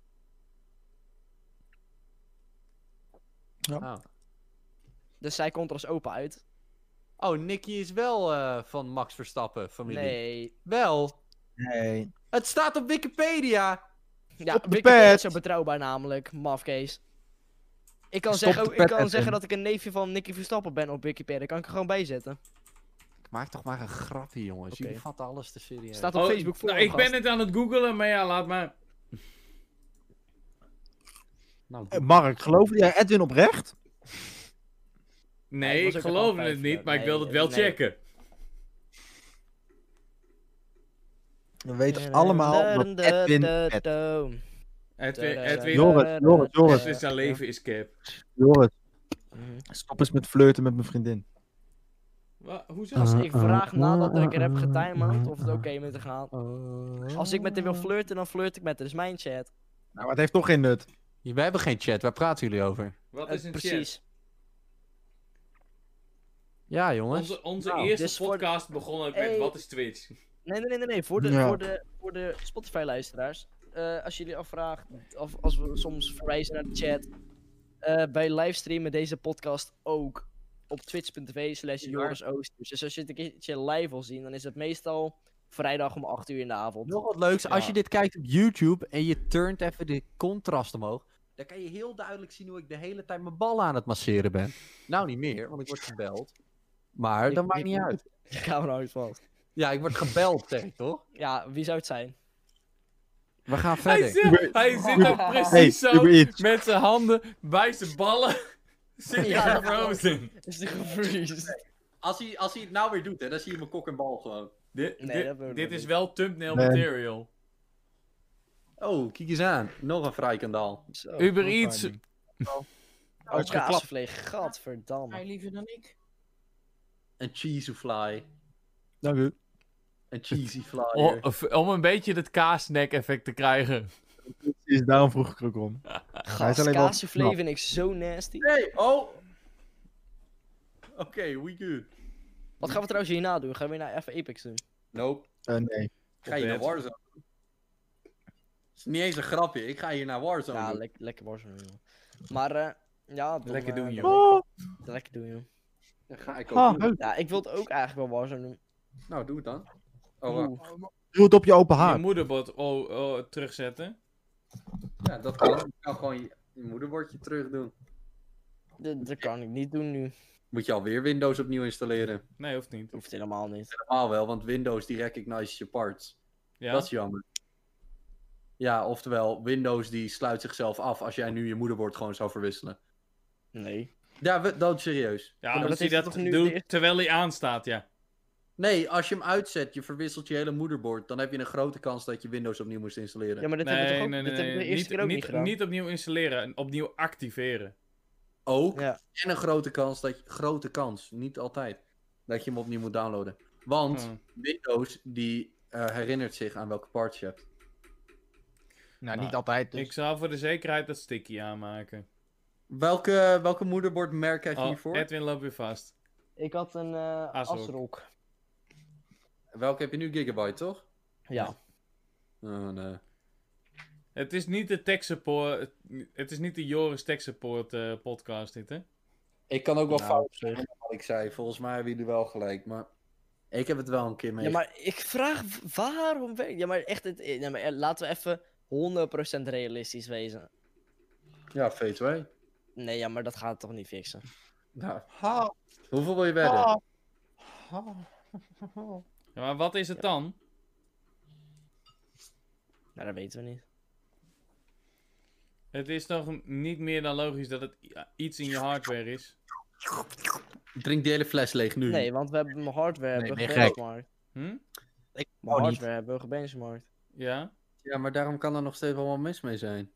D: Oh.
A: Dus zij komt er als opa uit.
D: Oh, Nicky is wel eh, van Max Verstappen familie.
A: Nee.
D: Wel.
B: Nee.
D: Het staat op Wikipedia.
A: Ja,
B: Stop de
A: Wikipedia
B: pet.
A: is zo betrouwbaar namelijk, mafkees. Ik kan,
B: Stop
A: zeggen,
B: de
A: ik
B: pet,
A: kan
B: Edwin.
A: zeggen dat ik een neefje van Nicky Verstappen ben op Wikipedia. Daar kan ik er gewoon bij zetten.
D: Maak toch maar een grapje, jongens.
A: Oké.
D: Jullie vatten alles te serieus.
A: Staat op
C: Oh,
A: Facebook voor
C: nou,
A: hem,
C: ik ben
A: gast.
C: het aan het googelen, maar ja, laat maar.
D: Nou,
B: Eh, Mark, geloofde jij Edwin oprecht?
C: Nee,
A: Nee,
C: ik
A: was ook
C: geloof
A: even
C: het
A: vijf,
C: niet,
A: ja.
C: maar ik
A: Nee,
C: wil het wel
A: nee.
C: checken.
B: We weten allemaal dat Edwin... Ed-
C: Edwin,
A: Da-
C: Edwin,
B: Joris, Joris, Joris.
C: Edwin zijn leven is cap.
B: Joris,
A: Mhm.
B: stop eens met flirten met mijn vriendin.
C: Wa- Hoezo?
A: Als ik vraag nadat ik er heb getimeld of het oké met te gaan. Als ik met haar wil flirten, dan flirt ik met haar. Dat is mijn chat.
B: Nou, maar het heeft toch geen nut.
D: Wij hebben geen chat, waar praten jullie over?
C: Wat
A: Eh,
C: is een chat?
A: precies.
D: Ja, jongens.
C: Onze, onze
A: Nou,
C: eerste
A: dus voor-
C: podcast begon ook met
A: Hey.
C: wat is Twitch?
A: Nee, nee, nee, nee. nee. Voor, de,
B: Ja.
A: voor, de, voor de Spotify-luisteraars. eh, als jullie afvragen, of als we soms verwijzen naar de chat. eh wij livestreamen deze podcast ook op twitch.tv slash Joris Oosters. Dus als je het een keertje live wil zien, dan is het meestal vrijdag om acht uur in de avond.
D: Nog wat leuks, als
A: Ja.
D: je dit kijkt op YouTube en je turnt even de contrast omhoog, dan kan je heel duidelijk zien hoe ik de hele tijd mijn bal aan het masseren ben. Nou, niet meer, want ik word gebeld. Maar
A: Ik-
D: dat maakt
A: ik-
D: niet uit.
A: Ik ga er nou uit vast.
D: Ja, ik word gebeld, zeg ik toch?
A: Ja, wie zou het zijn?
D: We gaan
C: Hij
D: verder.
C: zit, hij zit er
B: Hey,
C: precies zo
B: Uber Eats.
C: met zijn handen bij zijn ballen. Zit
A: Ja,
C: hij
A: dat
C: frozen.
A: Is die gefreezed?
D: Als hij, als hij het nou weer doet, hè, dan zie je mijn kok en bal gewoon.
C: Dit,
A: Nee,
C: dit,
A: dat doen we
C: dit
A: niet.
C: is wel thumbnail
B: Nee.
C: material.
D: Oh, kijk eens aan. Nog een vrijkandaal.
A: Zo.
C: Uber Eats.
A: Oh,
B: Uitgeklapt.
A: kaasvlees. Gadverdamme.
E: Hij liever dan ik.
D: Een cheesy fly.
B: Dank u.
D: Een cheesy fly.
C: o- of- om een beetje het kaasnek effect te krijgen.
B: Precies, daarom vroeg ik er ook om. Hij is alleen wel
A: Kaasvlees
B: knap.
A: vind ik zo nasty.
D: Hey, oh! Oké, we good.
A: Wat gaan we trouwens hierna doen? Gaan we weer naar even Apex doen?
D: Nope.
B: Eh, nee.
D: Ga je naar
C: bed.
D: Warzone doen? Het is niet eens een grapje, ik ga hier naar Warzone
A: Ja,
D: doen.
A: le lekker Warzone, joh. Maar, eh, ja... dan,
C: Lekker doen,
A: eh,
C: joh.
B: Oh,
A: Lekker doen, joh.
D: Dat ga ik ook
B: ah,
D: doen.
B: leuk.
A: Ja, ik wil het ook eigenlijk wel Warzone doen.
D: Nou, doe het dan. Oh, wacht.
A: Oeh.
B: Doe het op je open
C: Je
B: haard.
C: moederbord oh, oh, terugzetten.
D: Ja, dat kan. Je kan gewoon je, je moederbordje terug doen.
A: Dat dat kan ik niet doen nu.
D: Moet je alweer Windows opnieuw installeren?
C: Nee, hoeft niet.
A: Hoeft helemaal niet.
D: Normaal wel, want Windows die recognize je parts.
C: Ja?
D: Dat is jammer. Ja, oftewel, Windows die sluit zichzelf af als jij nu je moederbord gewoon zou verwisselen.
A: Nee.
D: Ja, we, dat is serieus.
C: Ja,
A: maar
C: als
A: dat
C: hij
A: heeft
C: dat
A: toch nu
C: doet
A: de eerste-
C: terwijl hij aanstaat, ja.
D: Nee, als je hem uitzet, je verwisselt je hele moederbord, dan heb je een grote kans dat je Windows opnieuw moest installeren.
A: Ja, maar dit
C: Nee,
A: hebben we
C: nee,
A: toch ook,
C: nee,
A: dit hebben we
C: nee.
A: de eerste
C: Niet,
A: keer ook niet,
C: niet,
A: gedaan.
C: niet opnieuw installeren, opnieuw activeren.
D: Ook.
A: Ja.
D: En een grote kans, dat je, grote kans, niet altijd, dat je hem opnieuw moet downloaden. Want
C: Hmm.
D: Windows, die eh, herinnert zich aan welke parts je hebt.
B: Nou,
C: Nou,
B: niet altijd. Dus.
C: Ik zou voor de zekerheid dat sticky aanmaken.
D: Welke, welke moederbordmerk heb je
C: Oh,
D: hiervoor?
C: Edwin loopt weer vast.
A: Ik had een uh,
C: Asrock.
A: Asrock.
D: Welke heb je nu? Gigabyte, toch?
A: Ja.
D: Oh, nee.
C: Het is niet de tech support, het is niet de Joris tech support eh, podcast dit, hè?
D: Ik kan ook wel
A: Nou,
D: fout
A: op zich.
D: zijn wat ik zei. Volgens mij hebben jullie wel gelijk, maar ik heb het wel een keer mee.
A: Ja, maar ik vraag w- waarom weet Ja, maar echt, het, ja, maar eh, laten we even honderd procent realistisch wezen.
D: Ja, V twee.
A: Nee, ja, maar dat gaat het toch niet fixen.
D: Nou,
B: Ha,
D: hoeveel wil je wedden?
B: ha, ha.
C: Ja, maar wat is het dan?
A: Nou, dat weten we niet.
C: Het is toch niet meer dan logisch dat het i- iets in je hardware is?
D: Drink die hele fles leeg nu.
A: Nee, want we hebben mijn hardware
B: Nee,
A: hebben we
B: ben je gek.
A: gebenchmarkt.
C: Hm?
B: Ik
A: Mijn
B: wou niet.
A: hardware hebben we gebenchmarkt.
C: Ja?
D: Ja, maar daarom kan er nog steeds wel wat mis mee zijn.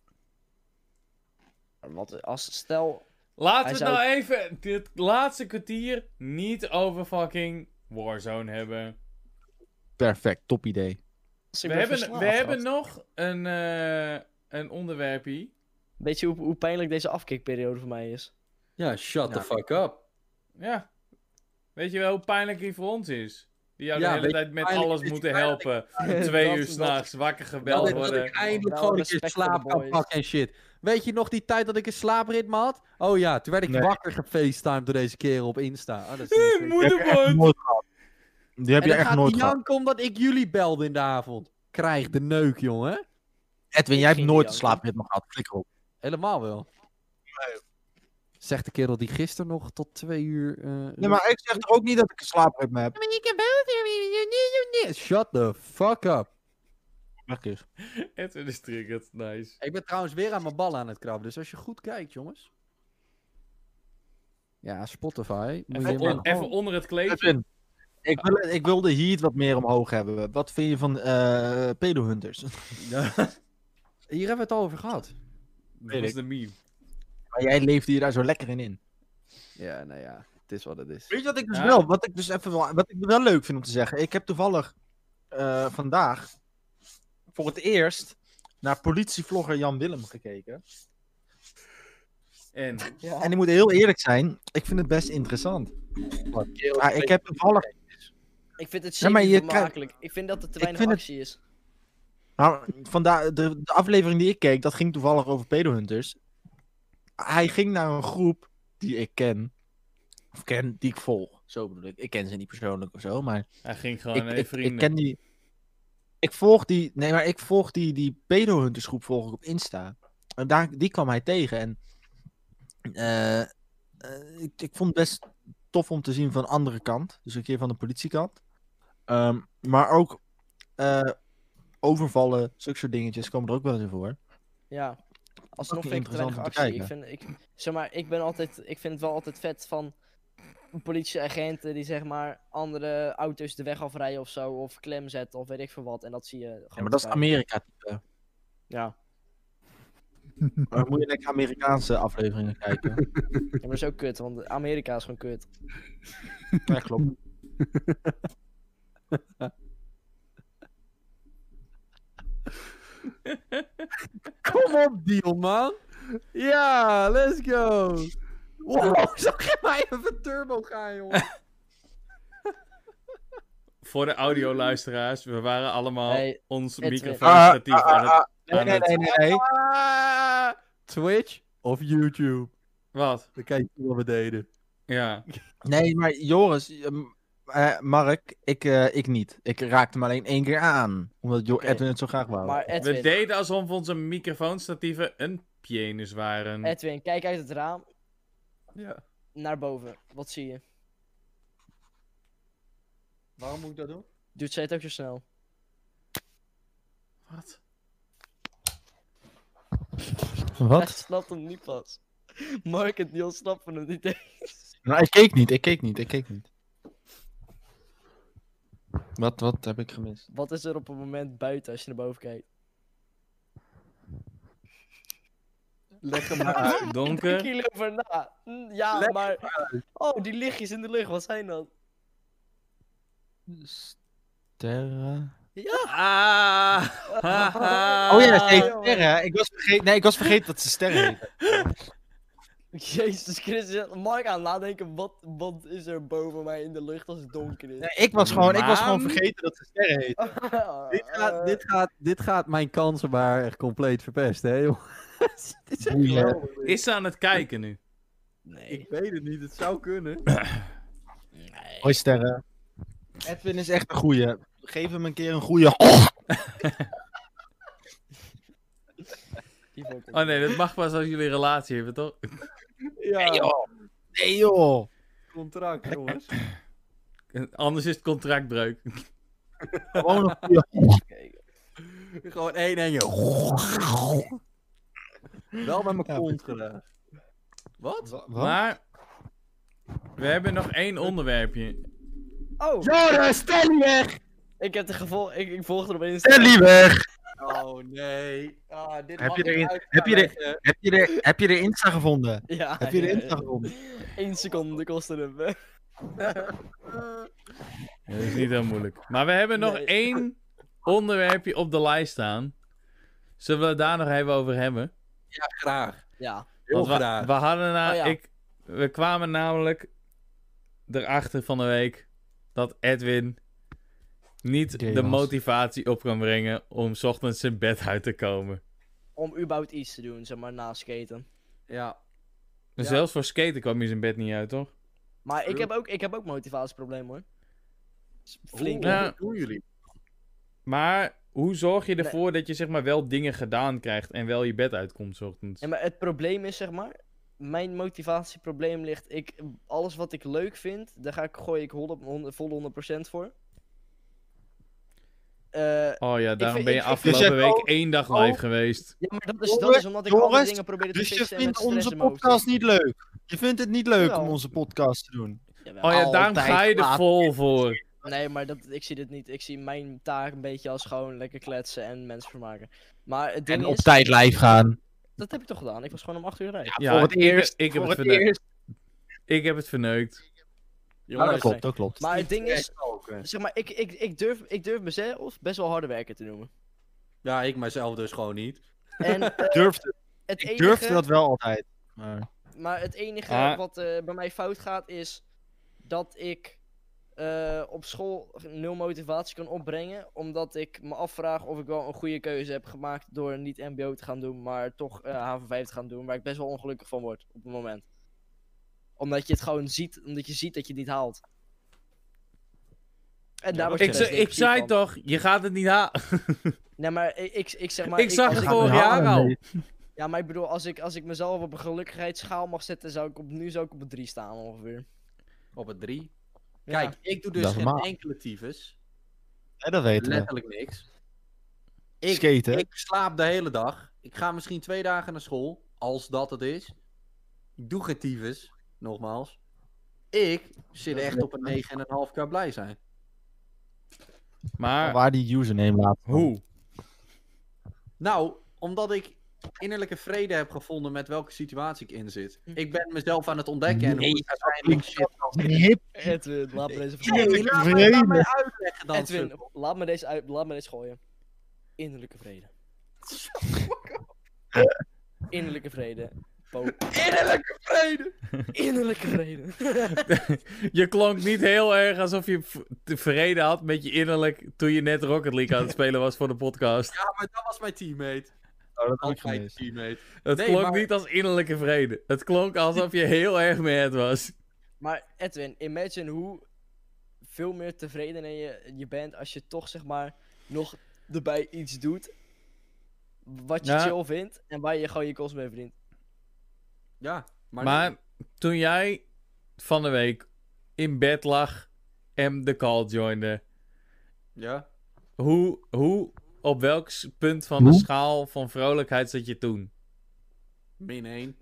A: Wat, als, stel,
C: Laten
A: Hij
C: we het
A: zou-
C: nou even dit laatste kwartier niet over fucking Warzone hebben.
B: Perfect, top idee.
A: als ik
C: We
A: ben
C: hebben,
A: verslaafd,
C: we hebben
A: gast.
C: nog een, eh een onderwerpje.
A: Weet je hoe, hoe pijnlijk deze afkickperiode voor mij is?
D: Ja, shut the
B: Ja.
D: fuck up.
C: Ja. Weet je wel hoe pijnlijk die voor ons is? Die jou
D: Ja,
C: de hele
D: weet je
C: tijd met
D: pijnlijk
C: alles
D: is
C: moeten
D: pijnlijk?
C: helpen. Twee
A: Dat-
C: uur
A: dat-
C: s'nachts wakker
D: Dat,
C: gebeld
D: ik- dat
C: worden.
D: ik eindelijk
A: Wel
D: gewoon een keer
A: respect voor de
D: slaap kan
A: boys.
D: pakken en shit. Weet je nog die tijd dat ik een slaapritme had? Oh ja, toen werd ik
B: Nee.
D: wakker gefacetimed door deze kerel op Insta. Oh, dat is niet
C: Eh,
D: zo-
B: Die heb je echt
C: Moederbord!
B: nooit gehad. Die heb
D: En
B: je
D: dan
B: echt
D: gaat
B: nooit
D: hij
B: gehad.
D: janken omdat ik jullie belde in de avond. Krijg de neuk, jongen.
B: Edwin,
A: Ik
B: jij hebt
A: ging
B: nooit
A: niet
B: een
A: janken.
B: slaapritme gehad. Flikker op.
D: Helemaal wel. Zegt de kerel die gisteren nog tot twee uur... eh,
B: Nee, maar ik zeg toch ook niet dat ik een slaapritme heb.
D: Maar je kan wel... Shut the fuck up.
B: Weg is.
C: Edwin is triggered, nice.
D: Ik ben trouwens weer aan mijn bal aan het krabben, dus als je goed kijkt, jongens. Ja, Spotify. Moet je
C: Even,
D: maar
C: on- even onder het kleedje.
B: Edwin, ik, wil, ik wil de heat wat meer omhoog hebben. Wat vind je van eh pedohunters?
D: Hier hebben we het al over gehad.
C: Dat
B: Weet
C: was
B: ik.
C: de meme.
B: Maar jij leefde hier daar zo lekker in in.
D: Ja, nou ja, het is wat het is.
B: Weet je wat ik dus
C: Ja.
B: wel, wat ik dus even wel, wat ik wel leuk vind om te zeggen? Ik heb toevallig eh, vandaag voor het eerst naar politievlogger Jan Willem gekeken.
C: En?
A: Ja.
B: En ik moet heel eerlijk zijn, ik vind het best interessant. Maar ik heb toevallig...
A: Ik vind het
B: Ja, maar
A: zeker
B: je
A: vermakelijk. Ik vind dat er te
B: Ik
A: weinig
B: vind het-
A: actie is.
B: Nou, vandaag, de, de aflevering die ik keek, dat ging toevallig over pedohunters. Hij ging naar een groep die ik ken. Of ken, die ik volg. Zo bedoel ik. Ik ken ze niet persoonlijk of zo, maar...
C: Hij ging gewoon
B: ik,
C: naar
B: ik,
C: vrienden.
B: ik ken die. Ik volg die. Nee, maar ik volg die, die pedohuntersgroep volg ik op Insta. En daar, die kwam hij tegen. En eh, eh, ik, ik vond het best tof om te zien van de andere kant. Dus een keer van de politiekant. Ehm, maar ook eh, overvallen, zulke soort dingetjes komen er ook wel eens in voor.
A: Ja. Alsnog
B: Ook
A: vind ik te weinig
B: interessant
A: actie.
B: om te
A: Ik vind, ik, zeg maar, ik ben altijd, ik vind het wel altijd vet van politieagenten die zeg maar andere auto's de weg afrijden of zo. Of klem zetten of weet ik veel wat. En dat zie je gewoon
B: Ja, maar dat is
A: erbij.
B: Amerika type.
A: Ja.
B: Maar moet je lekker Amerikaanse afleveringen kijken.
A: Ja, maar dat is ook kut, want Amerika is gewoon kut.
B: Ja, klopt.
D: Kom op, Dion, man. Ja, let's go. Wow, zag je mij even turbo gaan, jongen.
C: Voor de audioluisteraars, we waren allemaal
A: Hey,
C: ons
A: Edwin.
C: microfoonstatief
B: Ah, ah,
C: aan het...
B: ah, Nee,
C: aan
B: nee,
C: het-
B: nee, nee, nee.
D: Ah, Twitch of YouTube?
C: Wat?
D: Dan kijk je wat we deden.
C: Ja.
B: Nee, maar Joris, ehm, eh, Mark, ik, eh, ik niet. Ik raakte hem alleen één keer aan. Omdat Jo-
A: Oké.
B: Edwin het zo graag wou.
A: Maar
C: We
A: Edwin,
C: deden alsof onze microfoonstatieven een penis waren.
A: Edwin, kijk uit het raam
D: Ja.
A: naar boven. Wat zie je?
D: Waarom moet ik dat doen?
A: Doet zij het ook zo snel?
C: Wat?
A: Hij
B: Wat?
A: snapt hem niet pas. Mark en Niels snappen hem niet eens.
B: Nou, ik keek niet, ik keek niet, ik keek niet. Wat, wat heb ik gemist?
A: Wat is er op het moment buiten als je naar boven kijkt?
D: Leg hem maar uit.
A: Ik
C: Donker.
A: denk hierover na. Hm, Ja,
D: Leg
A: maar... Oh, die lichtjes in de lucht, wat zijn dat?
B: Sterren.
A: Ja!
C: Ah!
B: Oh ja,
A: Ah,
B: nee,
A: jongen.
B: sterren. Ik was vergeten, nee, ik was vergeten dat ze sterren heten.
A: Jezus Christus, Mark aan het nadenken, wat, wat is er boven mij in de lucht als het donker is?
B: Nee, ik was gewoon, ik was gewoon
C: Maan?
B: vergeten dat ze sterren heten.
D: Dit gaat, dit, gaat, dit gaat mijn kansen maar echt compleet verpesten, hè, joh. Dit is echt
B: Boeien.
D: geweldig.
C: Is ze aan het kijken nu?
A: Nee.
D: Ik weet het niet, het zou kunnen.
A: nee.
B: Hoi sterren. Edwin is echt een goeie. Geef hem een keer een goeie.
A: Die vond ik
C: Oh nee, dat mag pas als jullie een relatie hebben, toch?
D: Ja,
B: Nee joh. Nee joh.
D: contract, jongens.
C: Anders is het contractbreuk.
B: Gewoon een goeie.
A: kijken.
D: Gewoon één en je. Wel met mijn
B: Ja,
D: kont gedaan. Wat?
B: Wat?
C: Maar we hebben nog één onderwerpje.
A: Oh,
B: Joris, Stanley weg!
A: ik heb de gevolg, ik, ik volg er opeens.
B: Stanley weg!
D: Oh nee. Ah, dit
B: Heb
D: mag
B: je
D: ik
B: erin-
D: uit
B: heb je
D: gaan
B: er-
D: leggen.
B: Heb je de, heb je de Insta gevonden?
A: Ja,
B: Heb je de
A: ja,
B: Insta
A: ja.
B: gevonden?
A: Eén seconde kostte hem.
C: Ja, dat is niet heel moeilijk. Maar we hebben nog
A: Nee.
C: één onderwerpje op de lijst staan. Zullen we het daar nog even over hebben?
D: Ja, graag.
A: Ja.
D: Heel
C: Want we,
D: graag.
C: we hadden na,
A: Oh ja.
C: ik, we kwamen namelijk erachter van de week dat Edwin niet
B: Gay
C: de
B: was.
C: motivatie op kan brengen om 's ochtends zijn bed uit te komen.
A: Om überhaupt iets te doen, zeg maar, na skaten.
D: Ja.
C: Dus
D: Ja.
C: zelfs voor skaten kwam hij zijn bed niet uit, toch?
A: Maar ik
D: True.
A: heb ook, ik heb ook motivatieproblemen hoor. S- Flink.
D: Hoe,
C: Ja.
D: hoe doen jullie?
C: Maar hoe zorg je
A: Nee.
C: ervoor dat je zeg maar wel dingen gedaan krijgt en wel je bed uitkomt 's ochtends?
A: Ja, maar het probleem is, zeg maar, mijn motivatieprobleem ligt, ik, alles wat ik leuk vind, daar ga ik, gooi ik honderd, honderd, volle honderd procent voor. Eh,
C: Oh ja, daarom
A: vind-
C: ben je
A: ik vind-
C: afgelopen
B: Dus je
C: week
B: hebt
C: één dag
B: oh.
C: live geweest.
A: ja, maar dat is, dat
B: Joris,
A: is omdat ik andere
B: Joris,
A: dingen probeer te
B: Dus je
A: fixen en met
B: vindt
A: stress
B: onze
A: in mijn hoofd
B: podcast
A: zit.
B: niet leuk? Je vindt het niet leuk
A: Jawel.
B: om onze podcast te doen?
A: Jawel.
C: Oh ja, daarom
B: Altijd
C: ga je er
B: laat.
C: vol voor.
A: Nee, maar dat, ik zie dit niet. Ik zie mijn taak een beetje als gewoon lekker kletsen en mensen vermaken. Maar het ding
B: En
A: is,
B: op tijd live gaan.
A: dat heb ik toch gedaan. Ik was gewoon om acht uur rijden.
C: Ja,
B: voor het
C: ik-
B: eerst.
C: ik heb
B: voor
C: het
B: het
C: verneukt.
B: eerst.
C: Ik heb het verneukt.
B: Ja, dat
A: Jongens,
B: klopt, dat klopt.
A: Maar het ding is,
D: Ook, hè.
A: zeg maar, ik, ik, ik, durf, ik durf mezelf best wel harde werken te noemen.
D: Ja, ik mijzelf dus gewoon niet.
A: En eh,
B: Ik durfde,
A: het
B: ik
A: enige,
B: durfde dat wel altijd. Maar...
A: maar het enige
C: Ah.
A: wat eh, bij mij fout gaat is dat ik eh, op school nul motivatie kan opbrengen. Omdat ik me afvraag of ik wel een goede keuze heb gemaakt door niet M B O te gaan doen, maar toch eh H A V O vijf te gaan doen. Waar ik best wel ongelukkig van word op het moment. Omdat je het gewoon ziet, omdat je ziet dat je het niet haalt. En daar word je
C: Ik,
A: best
C: ze- ik
A: depressief
C: zei
A: van.
C: toch, je gaat het niet halen.
A: Nee, maar ik, ik, ik zeg maar...
C: Ik zag
A: als
C: het
A: ik-
C: vorig jaar al.
A: Ja, maar ik bedoel, als ik, als ik mezelf op een gelukkigheidschaal mag zetten, zou ik op, nu zou ik op een drie staan ongeveer.
D: Op het drie.
A: Ja.
D: Kijk, ik doe dus
B: Dat is
D: geen
B: normaal.
D: enkele tyfus.
B: Ja, dat weten we.
D: Letterlijk niks. Ik,
B: Skaten.
D: ik slaap de hele dag. Ik ga misschien twee dagen naar school. Als dat het is. Ik doe geen tyfus. Nogmaals. Ik zit echt op een negen komma vijf k blij zijn.
C: Maar
B: Waar die username laat.
C: hoe?
D: Nou, omdat ik innerlijke vrede heb gevonden met welke situatie ik in zit. Ik ben mezelf aan het ontdekken en hoe
B: Nee,
D: ik uiteindelijk shit...
B: Hip.
A: Edwin, laat me deze
D: Nee,
B: Innerlijke
D: laat mij, laat mij
B: vrede.
D: uitleggen dan.
A: Edwin,
D: sukkel.
A: laat me deze, uit, laat me deze gooien. Innerlijke vrede. Innerlijke vrede. Po.
D: Innerlijke vrede!
A: Innerlijke vrede.
C: Je klonk niet heel erg alsof je v- te vrede had met je innerlijk toen je net Rocket League aan het spelen was voor de podcast.
D: Ja, maar dat was mijn teammate.
B: Oh, dat heb ik
D: Altijd mijn
B: gemist.
D: teammate.
C: Het
D: Nee,
C: klonk
D: maar-
C: niet als innerlijke vrede. Het klonk alsof je heel erg mad was.
A: Maar Edwin, imagine hoe veel meer tevreden je, je bent als je toch zeg maar nog erbij iets doet wat je
C: Ja.
A: chill vindt en waar je gewoon je kost mee verdient.
D: Ja, maar...
C: Maar toen jij van de week in bed lag en de call joinde,
D: Ja.
C: hoe, hoe op welk s- punt van de
B: Hoe?
C: schaal van vrolijkheid zat je toen?
D: Min één.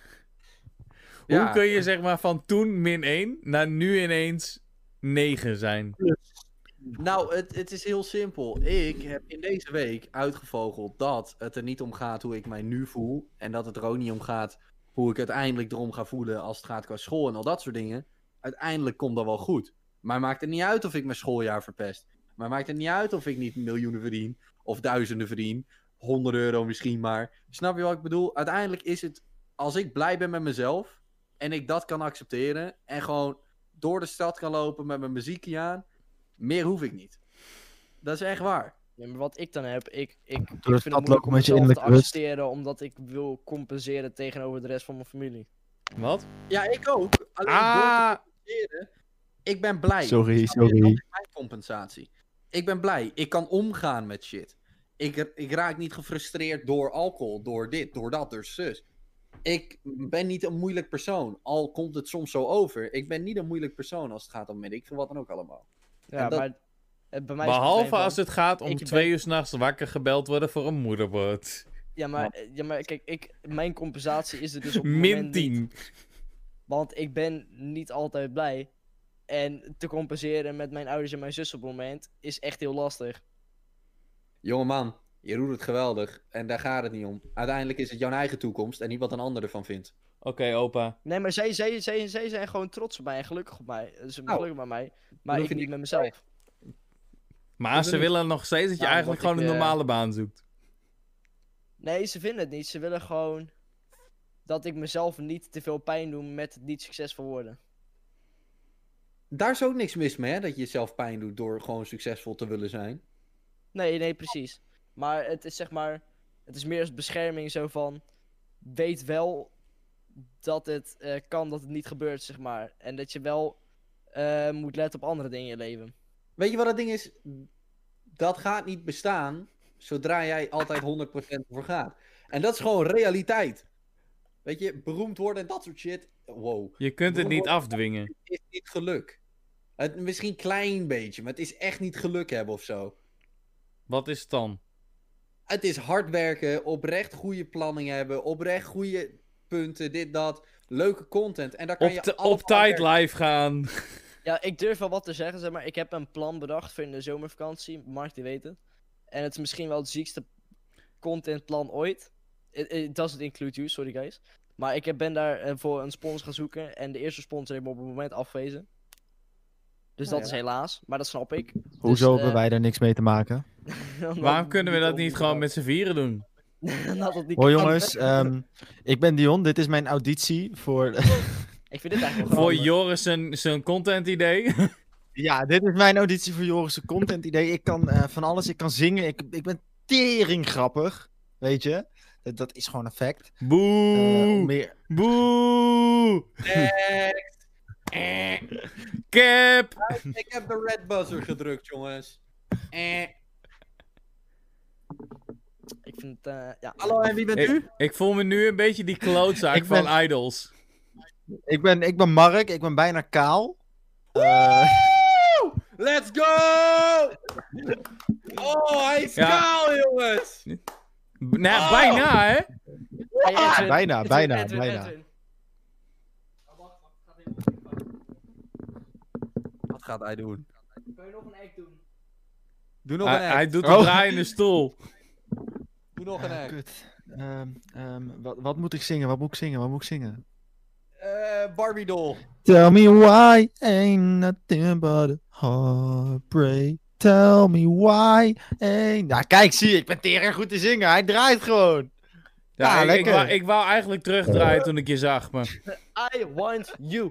C: Hoe kun je zeg maar van toen min één naar nu ineens negen zijn?
D: Nou, het, het is heel simpel. Ik heb in deze week uitgevogeld dat het er niet om gaat hoe ik mij nu voel. En dat het er ook niet om gaat hoe ik uiteindelijk erom ga voelen als het gaat qua school en al dat soort dingen. Uiteindelijk komt dat wel goed. Maar maakt het niet uit of ik mijn schooljaar verpest. Maar maakt het niet uit of ik niet miljoenen verdien. Of duizenden verdien. honderd euro misschien maar. Snap je wat ik bedoel? Uiteindelijk is het, als ik blij ben met mezelf. En ik dat kan accepteren. En gewoon door de stad kan lopen met mijn muziekje aan. Meer hoef ik niet. Dat is echt waar.
A: Ja, maar wat ik dan heb, ik, ik, ik
B: Door de
A: vind het
B: stad
A: moeilijk
B: lopen
A: om
B: met je
A: mezelf te
B: innerlijke rust.
A: accepteren, omdat ik wil compenseren tegenover de rest van mijn familie.
C: Wat?
D: Ja, ik ook. Alleen door
C: Ah!
D: te compenseren. Ik ben blij.
B: Sorry,
D: Snap je?
B: sorry.
D: Dat is mijn compensatie. Ik ben blij. Ik kan omgaan met shit. Ik, ik raak niet gefrustreerd door alcohol, door dit, door dat, door zus. Ik ben niet een moeilijk persoon. Al komt het soms zo over. Ik ben niet een moeilijk persoon als het gaat om ik vind wat dan ook allemaal.
A: Ja,
D: En dat-
A: maar eh, bij mij is het
C: Behalve
A: probleem
C: als
A: van-
C: het gaat om
A: ik ben-
C: twee uur s'nachts wakker gebeld worden voor een moederbord.
A: Ja, maar, eh, ja, maar kijk, ik, mijn compensatie is er dus op het
C: Min
A: moment niet.
C: tien.
A: Want ik ben niet altijd blij. En te compenseren met mijn ouders en mijn zus op het moment is echt heel lastig.
D: Jongeman, je doet het geweldig. En daar gaat het niet om. Uiteindelijk is het jouw eigen toekomst en niet wat een ander ervan vindt.
C: Oké, opa.
A: Nee, maar zij, zij, zij, zij zijn gewoon trots op mij en gelukkig op mij. Ze zijn
D: Nou,
A: gelukkig met mij. Maar
D: hoef
A: ik
D: je
A: niet
D: niet
A: met mezelf.
C: Maar
D: Dat
C: ze
D: is-
C: willen nog steeds dat je
A: Nou,
C: eigenlijk
A: omdat
C: gewoon een
A: ik, eh,
C: normale baan zoekt.
A: Nee, ze vinden het niet. Ze willen gewoon dat ik mezelf niet te veel pijn doe met het niet succesvol worden.
D: Daar is ook niks mis mee, hè? Dat je jezelf pijn doet door gewoon succesvol te willen zijn.
A: Nee, nee, precies. Maar het is zeg maar, het is meer als bescherming zo van, weet wel dat het eh, kan dat het niet gebeurt, zeg maar. En dat je wel eh, moet letten op andere dingen in je leven.
D: Weet je wat het ding is? Dat gaat niet bestaan zodra jij altijd honderd procent voor gaat. En dat is gewoon realiteit. Weet je, beroemd worden en dat soort shit. Wow.
C: Je kunt het niet afdwingen.
D: Het is niet geluk. Het, misschien een klein beetje, maar het is echt niet geluk hebben of zo.
C: Wat is het dan?
D: Het is hard werken, oprecht goede planning hebben, oprecht goede punten, dit, dat. Leuke content. En daar kan
C: Op,
D: je
C: t-
D: alles
C: op
D: aan
C: tijd
D: werken.
C: live gaan.
A: Ja, ik durf wel wat te zeggen, zeg maar. Ik heb een plan bedacht voor in de zomervakantie. Mark die weet het. En het is misschien wel het ziekste contentplan ooit. It, it doesn't include you, sorry guys. Maar ik heb- ben daar eh, voor een sponsor gaan zoeken. En de eerste sponsor heeft me op het moment afgewezen. Dus
D: Nou
A: dat
D: ja.
A: is helaas, maar dat snap ik.
B: Hoezo
A: Dus,
B: hebben
A: eh,
B: wij daar niks mee te maken?
A: omdat
C: Waarom
A: het
C: kunnen we dat
A: om-
C: niet gewoon met z'n vieren doen?
A: Omdat het niet
B: Hoi
A: kan.
B: jongens, ehm, ik ben Dion. Dit is mijn auditie voor...
A: Ik vind dit eigenlijk wel
C: Voor
A: grappig.
C: Joris zijn, zijn content idee.
B: Ja, dit is mijn auditie voor Joris' content idee. Ik kan eh, van alles, ik kan zingen. Ik, ik ben tering grappig, weet je. Dat, dat is gewoon een fact. Eh,
C: Boe!
B: meer...
C: Boe!
D: Next.
C: Cap!
D: Ik heb de red buzzer gedrukt, jongens. Eh.
A: Ik vind het, eh, ja.
D: Hallo, en wie bent
C: Ik,
D: u?
C: ik voel me nu een beetje die klootzak
B: Ik ben-
C: van Idols.
B: ik, ben, ik ben Mark, ik ben bijna kaal. Eh,
D: Let's go! Oh, hij is
C: Ja.
D: kaal, jongens!
C: B- nou,
D: Oh!
C: bijna, hè?
A: Hey, Edwin,
B: bijna,
A: Edwin,
B: bijna,
A: Edwin,
B: bijna.
A: Edwin.
D: Wat gaat hij doen?
A: Kun je nog een act doen?
D: Doe nog
C: Hij,
D: een act.
C: hij doet
B: Oh.
C: een draaiende stoel.
D: Doe nog een
B: ah,
D: act.
B: kut. Ehm, ehm, wat, wat moet ik zingen? Wat moet ik zingen? Wat moet ik zingen?
D: Eh, Barbie doll.
B: Tell me why ain't nothing but a heartbreak. Tell me why ain't... Nou kijk, zie je, ik ben tering goed te zingen. Hij draait gewoon.
C: Ja,
B: Ja,
C: ik, ik,
B: lekker.
C: wou, ik wou eigenlijk terugdraaien toen ik je zag, maar...
A: I want you.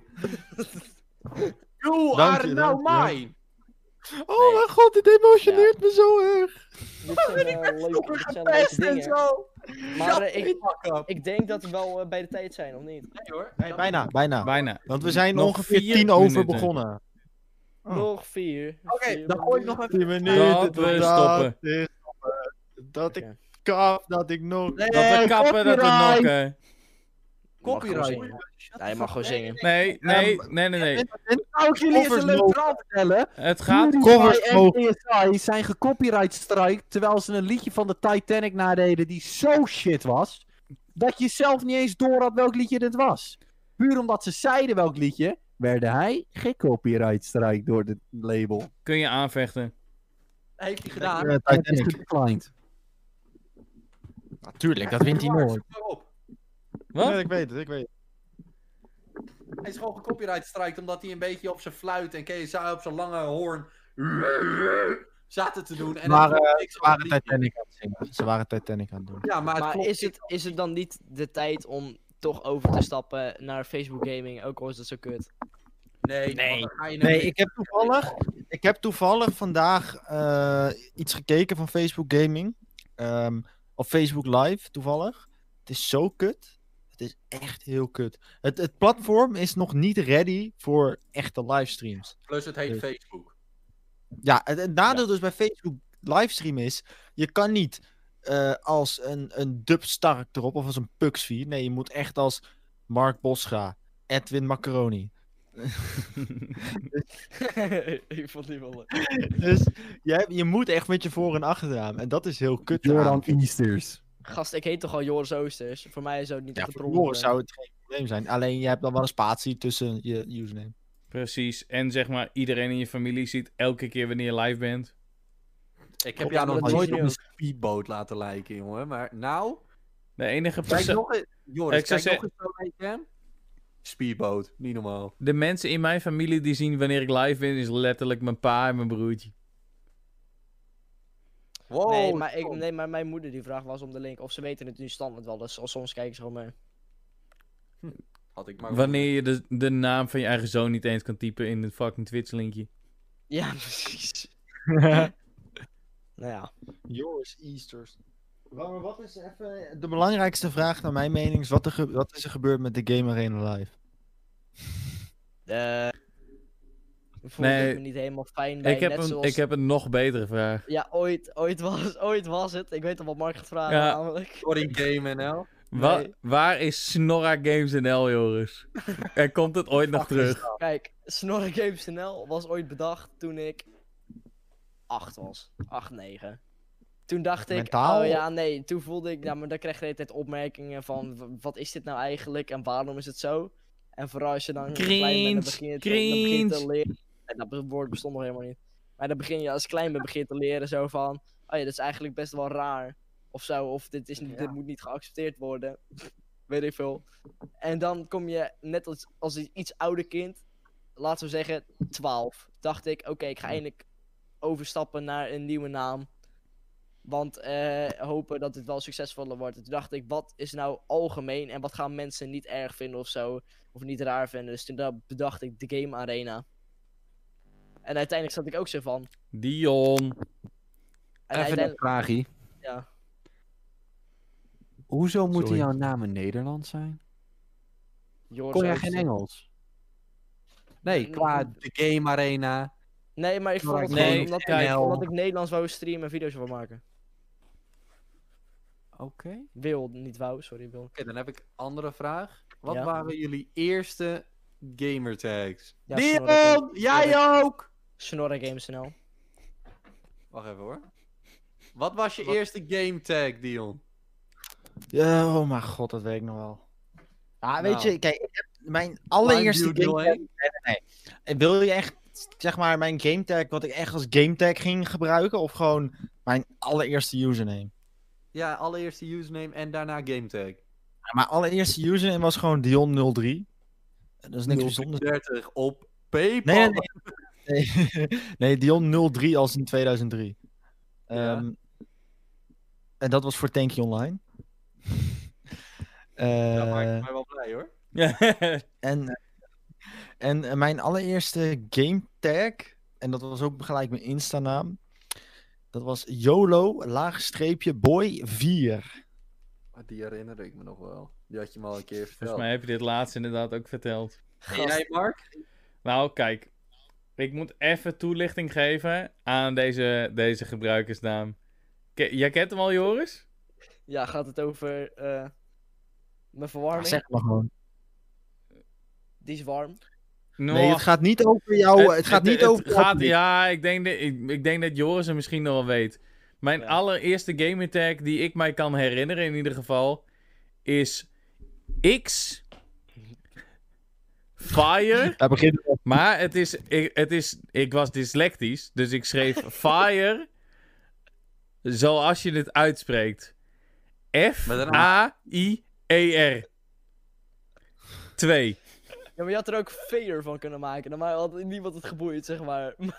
D: You
B: Dank
D: are
B: je,
D: now
B: dank je.
D: mine.
B: Oh mijn god, dit emotioneert me zo erg.
A: Dit zijn, eh, leuke,
D: Super
A: dit zijn leuke
D: gepest en
A: dingen.
D: zo.
A: Maar
D: Shut
A: eh,
D: the
A: ik,
D: fuck up.
A: ik denk dat we wel eh, bij de tijd zijn, of niet?
D: Nee hoor.
B: Nee, bijna, bijna.
C: Bijna.
B: Want we zijn
C: Nog
B: ongeveer
C: vier
B: tien over
C: minuten.
B: begonnen. Oh.
A: Nog vier.
D: Oké,
A: Vier
D: dan gooi ik nog
A: minuten.
D: even...
B: tien minuten.
C: Dat we
B: dat
C: stoppen.
B: is- Dat ik
A: Oké.
B: kap, dat ik nog...
D: Nee,
C: Dat we kappen, dat we
D: copyright.
C: nokken.
A: Je mag gewoon
D: Copyright.
A: zingen. Ja, je mag gewoon zingen.
C: Nee, nee, nee, nee, nee.
D: Nou, ik jullie eens
B: Covers
D: een leuk
B: mogen-
D: verhaal vertellen.
C: Het gaat...
B: Covers
D: PewDiePie en
B: mogen-
D: A S I zijn gecopyright strike terwijl ze een liedje van de Titanic nadeden die zo shit was.
F: dat je zelf niet eens door had welk liedje dit was. Puur omdat ze zeiden welk liedje, werd hij gecopyright strike door het label.
C: Kun je aanvechten.
D: Heeft hij gedaan.
B: Eh,
F: En het is
B: Titanic.
F: gedeclined.
B: Natuurlijk, dat wint hij
D: Waar,
B: nooit.
D: zoek maar op.
C: Wat?
B: Ja, ik weet het, ik weet het.
D: Hij is gewoon gecopyright strikt omdat hij een beetje op zijn fluit en ken je zou op zijn lange hoorn zaten te doen. En
B: Ze waren,
D: het klopt
B: ze
D: niks van
B: waren
D: het liedje.
B: Titanic aan het zingen. Ze waren Titanic aan het doen.
D: Ja, maar het
A: Maar
D: klopt
A: is het, is het dan niet de tijd om toch over te stappen naar Facebook Gaming? Ook al is dat zo kut.
D: Nee,
B: Nee.
D: want dan ga je naar
B: Nee,
D: de-
B: ik heb toevallig, ik heb toevallig vandaag eh, iets gekeken van Facebook Gaming. Ehm, op Facebook Live, toevallig. Het is zo kut. Het is echt heel kut. Het, het platform is nog niet ready voor echte livestreams.
D: Plus het heet
B: Dus-
D: Facebook.
B: Ja, het, het nadeel dus bij Facebook livestream is, je kan niet eh, als een, een Dub Stark erop of als een Puxvie. Nee, je moet echt als Mark Bosga, Edwin Macaroni.
A: Ik vond die wel.
B: Dus je, hebt- je moet echt met je voor- en achternaam. En dat is heel kut.
F: Joran
B: aan.
F: Easters.
A: Gast, ik heet toch al Joris Oosters? Voor mij zou het niet
B: Ja,
A: echt een
B: voor
A: probleem
B: Joris
A: zijn.
B: zou het geen probleem zijn. Alleen je hebt dan wel een spatie tussen je username.
C: Precies. En zeg maar, iedereen in je familie ziet elke keer wanneer je live bent.
D: Ik heb
A: Ja,
D: jou
A: maar
D: nog
A: dat
D: nooit
A: is
D: op
A: nu
D: een
A: ook.
D: speedboot laten lijken, jongen. Maar nou,
C: De enige
D: kijk
C: persoon...
D: nog eens. Joris,
C: Ik zou
D: kijk nog
C: zeggen-
D: eens zo naar je cam. Speedboot, niet normaal.
C: De mensen in mijn familie die zien wanneer ik live ben, is letterlijk mijn pa en mijn broertje.
D: Wow,
A: nee, maar ik,
D: Tom.
A: nee, maar mijn moeder die vraag was om de link. Of ze weten het nu standaard wel, dus soms kijken ze gewoon mee.
D: Had ik maar
C: Wanneer je de, de naam van je eigen zoon niet eens kan typen in het fucking Twitch-linkje.
A: Ja, precies. Nou ja.
B: Joris Easters. Maar wat is even de belangrijkste vraag naar mijn mening is, wat, er ge- wat is er gebeurd met de Game Arena Live?
A: Eh voelde
C: Nee,
A: ik me niet helemaal fijn bij.
C: Ik heb,
A: net
C: een,
A: zoals...
C: ik heb een nog betere vraag.
A: Ja, ooit, ooit, was, ooit was het. Ik weet al wat Mark gaat vragen,
C: Ja.
A: namelijk.
D: Sorry, Game N L.
C: Wa-
A: Nee.
C: waar is Snorra Games N L, Joris? En komt het ooit nog terug?
A: Kijk, Snorre Games N L was ooit bedacht toen ik acht was. acht, negen. Toen dacht ik,
B: Mentaal?
A: oh ja, nee, toen voelde ik, nou, maar dan krijg je de hele tijd opmerkingen van, w- wat is dit nou eigenlijk en waarom is het zo? En vooral als je dan klein bent, dan begin je, te, dan begin je te
C: Cringe.
A: leren. En dat woord bestond nog helemaal niet. Maar dan begin je als klein bent, begin je te leren zo van, oh ja, dat is eigenlijk best wel raar. Of zo, of dit, is, niet- dit moet niet geaccepteerd worden. Weet ik veel. En dan kom je, net als, als een iets ouder kind, laten we zeggen twaalf, dacht ik, oké, ik ga eindelijk overstappen naar een nieuwe naam. Want eh, hopen dat het wel succesvoller wordt. En toen dacht ik, wat is nou algemeen en wat gaan mensen niet erg vinden of zo. Of niet raar vinden. Dus toen da- bedacht ik de Game Arena. En uiteindelijk zat ik ook zo van.
C: Dion.
A: En
F: Even een
A: uiteindelijk,
F: vraagje.
A: ja.
F: Hoezo moeten
B: Sorry.
F: jouw namen Nederlands zijn?
A: Joris
F: Kon jij
A: Oosters.
F: geen Engels?
D: Nee,
A: Nee,
D: qua de Game Arena.
A: Nee, maar ik vond het
C: Nee,
A: gewoon omdat,
C: kijk.
A: ik, omdat ik Nederlands wou streamen en video's wou maken.
F: Oké.
A: Wil, niet wou, sorry, wil.
D: Oké, dan heb ik een andere vraag. Wat
A: Ja.
D: waren jullie eerste gamertags?
A: Ja, Snorre Games-
D: Dion, jij ook!
A: Snorre Games N L.
D: Wacht even hoor. Wat was je eerste gametag, Dion?
B: Ja, oh mijn god, dat weet ik nog wel. Ja, weet
D: Nou.
B: je, kijk, ik heb mijn allereerste
D: Blind
B: game
D: Bugle
B: tag... En wil je echt, zeg maar, mijn game tag, wat ik echt als game tag ging gebruiken, of gewoon mijn allereerste username?
D: Ja, allereerste username en daarna gametag.
B: Ja, mijn allereerste username was gewoon Dion nul drie. Dat is niks bijzonders.
D: dertig op PayPal.
B: Nee, nee, nee. Nee, nee, Dion nul drie als in tweeduizend drie.
D: Ja.
B: Ehm, en dat was voor Tanky Online.
D: Dat maakt
B: Eh,
D: mij wel blij hoor.
B: en, en eh, mijn allereerste game tag, en dat was ook gelijk mijn Insta-naam, dat was YOLO, laagstreepje, boy vier.
D: Ah, die herinner ik me nog wel. Die had je me al een keer verteld.
C: Volgens mij heb je dit laatst inderdaad ook verteld.
D: En jij, Mark?
C: Nou, kijk. Ik moet even toelichting geven aan deze, deze gebruikersnaam. Ke- Jij kent hem al, Joris?
A: Ja, gaat het over eh, mijn
B: Ja,
A: verwarming?
B: zeg maar gewoon.
A: Die is warm.
B: Nee, het gaat niet over jou. Het, gaat niet over.
C: gaat, ja, ik denk, dat, ik, ik denk dat Joris hem misschien nog wel weet. Mijn
A: Ja.
C: allereerste gamertag die ik mij kan herinneren in ieder geval... is X Fire.
B: Daar beginnen we.
C: Maar het is, ik, het is, ik was dyslectisch, dus ik schreef Fire zoals je het uitspreekt. F A I E R. twee.
A: Ja, maar je had er ook Fair van kunnen maken. Dan had niemand het geboeid, zeg maar. En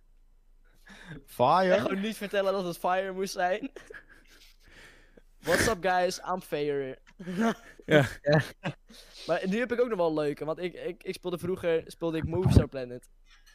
B: Fire.
A: gewoon niet vertellen dat het Fire moest zijn. What's up, guys? I'm Fair.
C: Ja.
A: Maar nu heb ik ook nog wel een leuke, want ik, ik, ik speelde vroeger speelde ik Movistar Planet.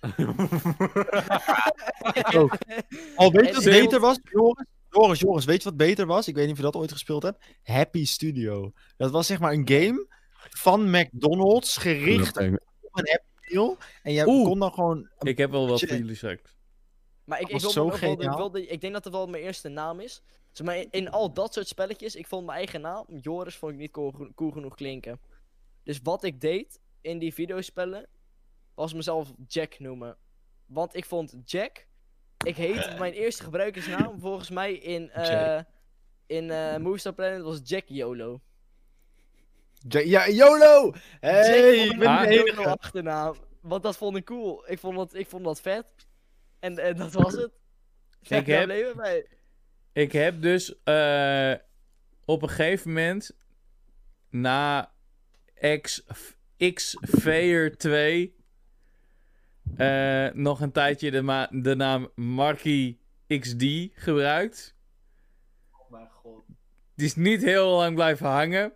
B: Oh. Oh, weet je wat
A: En-
B: beter was? Joris, Joris, Joris, weet je wat beter was? Ik weet niet of je dat ooit gespeeld hebt. Happy Studio. Dat was zeg maar een game van McDonald's gericht op een Happy Meal. En je
C: Oeh.
B: kon dan gewoon...
C: Ik heb wel wat
B: Je-
C: voor jullie straks.
A: Maar ik, ik,
B: was
A: wil
B: zo
A: nog wel de-
B: geniaal.
A: wil de- ik denk dat het wel mijn eerste naam is. Zeg maar in, in al dat soort spelletjes, ik vond mijn eigen naam, Joris, vond ik niet cool, geno- cool genoeg klinken. Dus wat ik deed in die videospellen, was mezelf Jack noemen. Want ik vond Jack, ik heet mijn eerste gebruikersnaam volgens mij in, eh
B: Jack.
A: in eh Movistar Planet was Jack YOLO.
B: Ja, ja, YOLO! Hey,
A: Jack
B: ik ben
C: Ah,
B: de
A: YOLO
B: enige.
A: achternaam. Want dat vond ik cool. Ik vond dat, ik vond dat vet. En, en dat was het. Ja,
C: Ik
A: daar
C: heb-
A: bleven we bij.
C: Ik heb dus eh, op een gegeven moment na X, X Fair twee eh, nog een tijdje de, ma- de naam Marky X D gebruikt.
D: Oh mijn god.
C: Die is niet heel lang blijven hangen.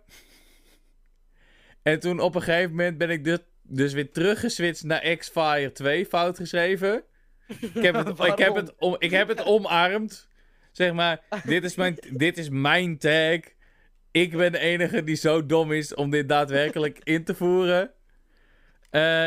C: En toen op een gegeven moment ben ik dus, dus weer teruggeswitcht naar X-Fire twee, fout geschreven. Ik heb het, ik heb het, om, ik heb het omarmd. Zeg maar, dit is, mijn, dit is mijn tag. Ik ben de enige die zo dom is om dit daadwerkelijk in te voeren. Eh,